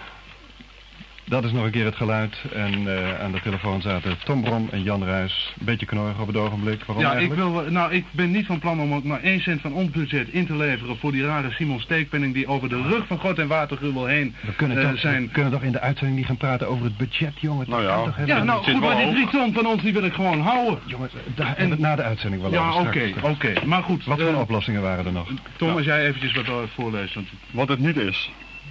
Dat is nog een keer het geluid. En aan de telefoon zaten Tom Brom en Jan Ruijs. Een beetje knorrig op het ogenblik. Waarom eigenlijk? Ik ben niet van plan om ook maar 1 cent van ons budget in te leveren voor die rare Simon Steekpenning die over de rug van God en Watergrubbel heen We kunnen toch in de uitzending niet gaan praten over het budget, jongen? Nou ja, goed, maar die 3 ton van ons die wil ik gewoon houden. Jongen, daar hebben we het na de uitzending wel over. Ja, oké. Maar goed. Wat voor oplossingen waren er nog? Tom, als jij eventjes wat voorleest. Want... Wat het niet is.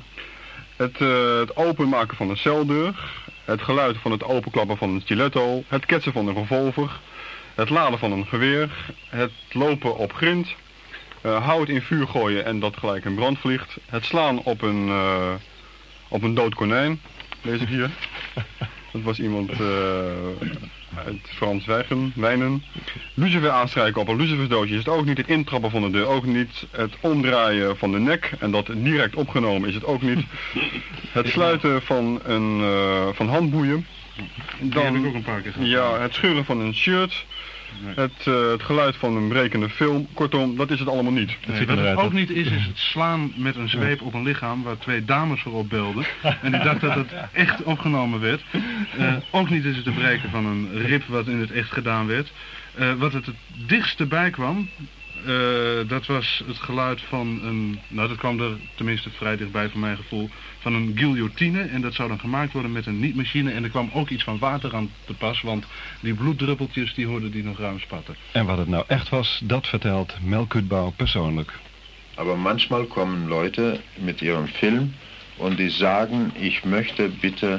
Het openmaken van een celdeur, het geluid van het openklappen van een stiletto, het ketsen van een revolver, het laden van een geweer, het lopen op grind, hout in vuur gooien en dat gelijk in brand vliegt, het slaan op een dood konijn, lees ik hier. Dat was iemand uit Frans Wijnen. Lucifer aanstrijken op een lucifersdoosje is het ook niet. Het intrappen van de deur ook niet. Het omdraaien van de nek en dat direct opgenomen is het ook niet. Het sluiten van handboeien. Die heb ik ook een paar keer gehad. Ja, het scheuren van een shirt. Het geluid van een brekende film. Kortom, dat is het allemaal niet. Nee, wat het ook niet is het slaan met een zweep op een lichaam waar 2 dames voor opbelden. En die dacht dat het echt opgenomen werd. Ook niet is het het breken van een rib wat in het echt gedaan werd. Wat het dichtste bij kwam, dat was het geluid van een, nou dat kwam er tenminste vrij dichtbij voor mijn gevoel, van een guillotine. En dat zou dan gemaakt worden met een niet-machine. En er kwam ook iets van water aan te pas, want die bloeddruppeltjes die hoorden die nog ruim spatten. En wat het nou echt was, dat vertelt Mel Kudbau persoonlijk. Aber manchmal kommen Leute mit ihrem Film und die sagen, ich möchte bitte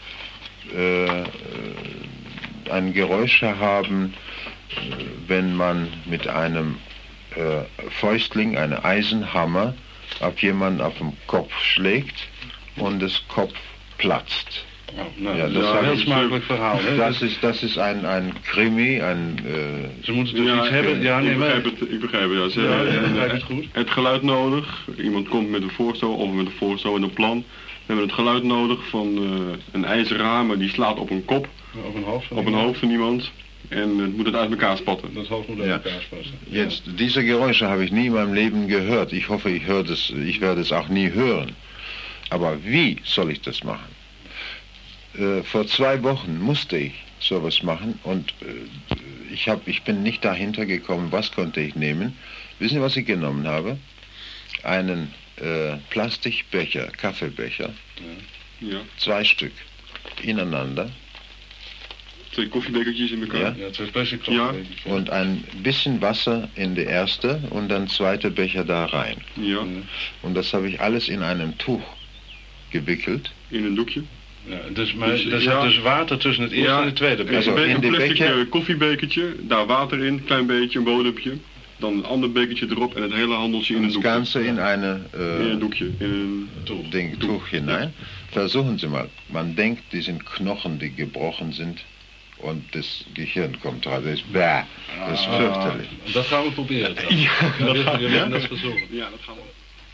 ein Geräusch haben, wenn man mit einem Fäustling, einem Eisenhammer, auf jemanden auf den Kopf schlägt und das Kopf platzt. Nou, Ja, dat is een heel smakelijk verhaal. Hè? Dat is een Krimi, Ze moeten toch iets hebben? Ja, nee, ik begrijp het, ja. Ze hebben het goed. Het geluid nodig. Iemand komt met een voorstel of met een voorstel en een plan. We hebben het geluid nodig van een ijzeren hamer die slaat op een kop. Op een hoofd van iemand. En het moet het uit elkaar spatten. Dat hoofd moet uit elkaar spatten. Jetzt, diese Geräusche habe ich nie in meinem Leben gehört. Ich hoffe, ich werde es auch nie hören. Aber wie soll ich das machen? Vor 2 Wochen musste ich sowas machen und ich bin nicht dahinter gekommen, was konnte ich nehmen. Wissen Sie, was ich genommen habe? Einen Plastikbecher, Kaffeebecher, Ja. 2 Stück, ineinander. 2 koffiebekertjes in elkaar. Ja, 2 plastic koffiebekertjes. Und ein bisschen Wasser in die erste und dann zweite Becher da rein. Ja. Und das habe ich alles in einem Tuch gewickelt. In een doekje. Ja, dus, maar er zat dus water tussen het eerste en het tweede beker. Een plastic koffiebekertje, daar water in, klein beetje, een bodempje. Dan een ander bekertje erop en het hele handeltje in een doekje. Das Ganze in een doekje, in een Tuch hinein. Versuchen Sie mal. Man denkt, die sind Knochen, die gebrochen sind. Und das Gehirn kommt raus. Das ist bäh. Das ist fürchterlich. Dat gaan we proberen. Dat gaan we verzorgen. Ja, dat gaan we.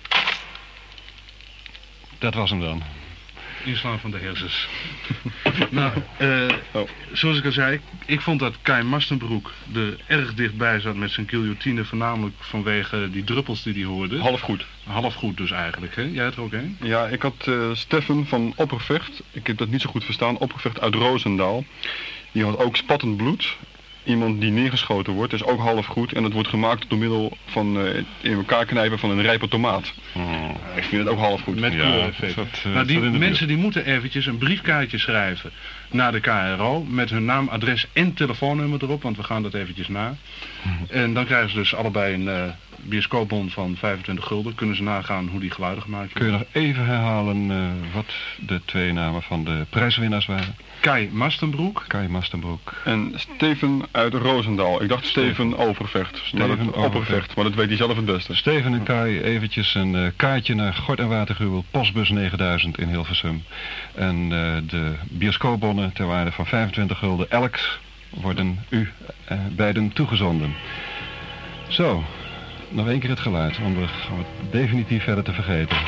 Dat was hem dan. Inslaan van de hersens. Nou, zoals ik al zei, ik vond dat Kai Mastenbroek er erg dichtbij zat met zijn guillotine, voornamelijk vanwege die druppels die hij hoorde. Half goed. Half goed dus eigenlijk, hè? Jij hebt er ook een? Ja, ik had Steffen van Oppervecht, ik heb dat niet zo goed verstaan, Oppervecht uit Roosendaal. Die had ook spattend bloed. Iemand die neergeschoten wordt, is ook half goed en dat wordt gemaakt door middel van in elkaar knijpen van een rijpe tomaat. Ik vind het ook half goed. Met kleureffect. Nou, die mensen die moeten eventjes een briefkaartje schrijven naar de KRO met hun naam, adres en telefoonnummer erop, want we gaan dat eventjes na. En dan krijgen ze dus allebei een bioscoopbon van 25 gulden. Kunnen ze nagaan hoe die geluiden gemaakt worden. Kun je nog even herhalen wat de 2 namen van de prijswinnaars waren? Kai Mastenbroek. Kai Mastenbroek. En Steven uit Roosendaal. Ik dacht Steven Overvecht. Steven Overvecht, maar dat weet hij zelf het beste. Steven en Kai, eventjes een kaartje naar Gort en Watergruwel, postbus 9000 in Hilversum. En de bioscoopbonnen ter waarde van 25 gulden elk worden u beiden toegezonden. Zo, nog 1 keer het geluid, om het definitief verder te vergeten.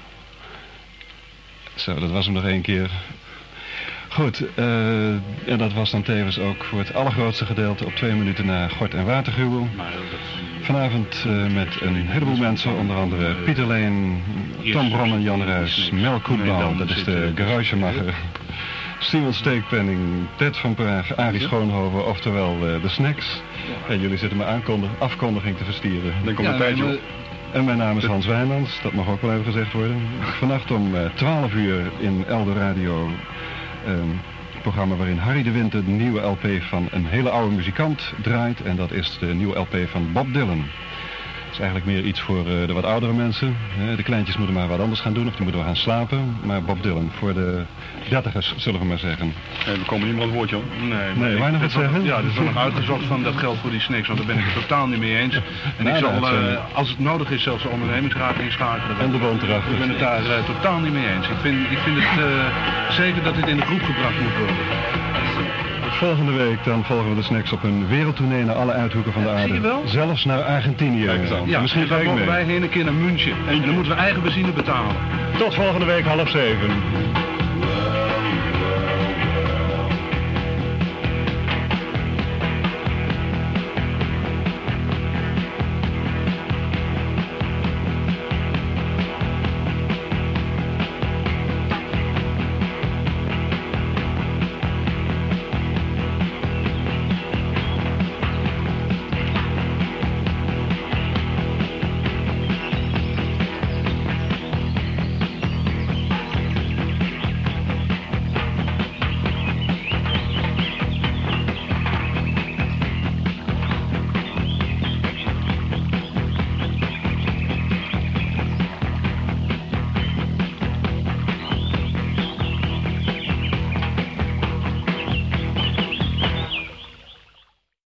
Zo, dat was hem nog 1 keer. Goed, en dat was dan tevens ook voor het allergrootste gedeelte op 2 minuten na Gort en Watergruwel. Vanavond met een heleboel mensen, onder andere Pieter Leen, Tom Bron en Jan Ruijs, Mel Kudbau, dat is de garagemacher, Steven Steekpenning, Ted van Praag, Arie Schoonhoven, oftewel de Snacks. En jullie zitten me afkondiging te verstieren. Dan komt een tijdje op. En mijn naam is Hans Wijnands, dat mag ook wel even gezegd worden. Vannacht om 12 uur in Elder Radio. Een programma waarin Harry de Winter de nieuwe LP van een hele oude muzikant draait. En dat is de nieuwe LP van Bob Dylan. Dat is eigenlijk meer iets voor de wat oudere mensen. De kleintjes moeten maar wat anders gaan doen of die moeten wel gaan slapen. Maar Bob Dylan voor de 30ers, zullen we maar zeggen. Nee, we komen niet meer aan het woord, joh. Nee, waar nog wat zeggen? Ja, dit is nog uitgezocht van dat geld voor die snacks, want daar ben ik het totaal niet mee eens. En ik zal, als het nodig is, zelfs de ondernemingsraad inschakelen. En de woontracht. Ik ben het daar totaal niet mee eens. Ik vind het zeker dat dit in de groep gebracht moet worden. Volgende week dan volgen we de Snacks op een wereldtournee naar alle uithoeken van de aarde. Zie je wel? Zelfs naar Argentinië. Ja, misschien mogen wij heen een keer naar München. En dan moeten we eigen benzine betalen. Tot volgende week 6:30.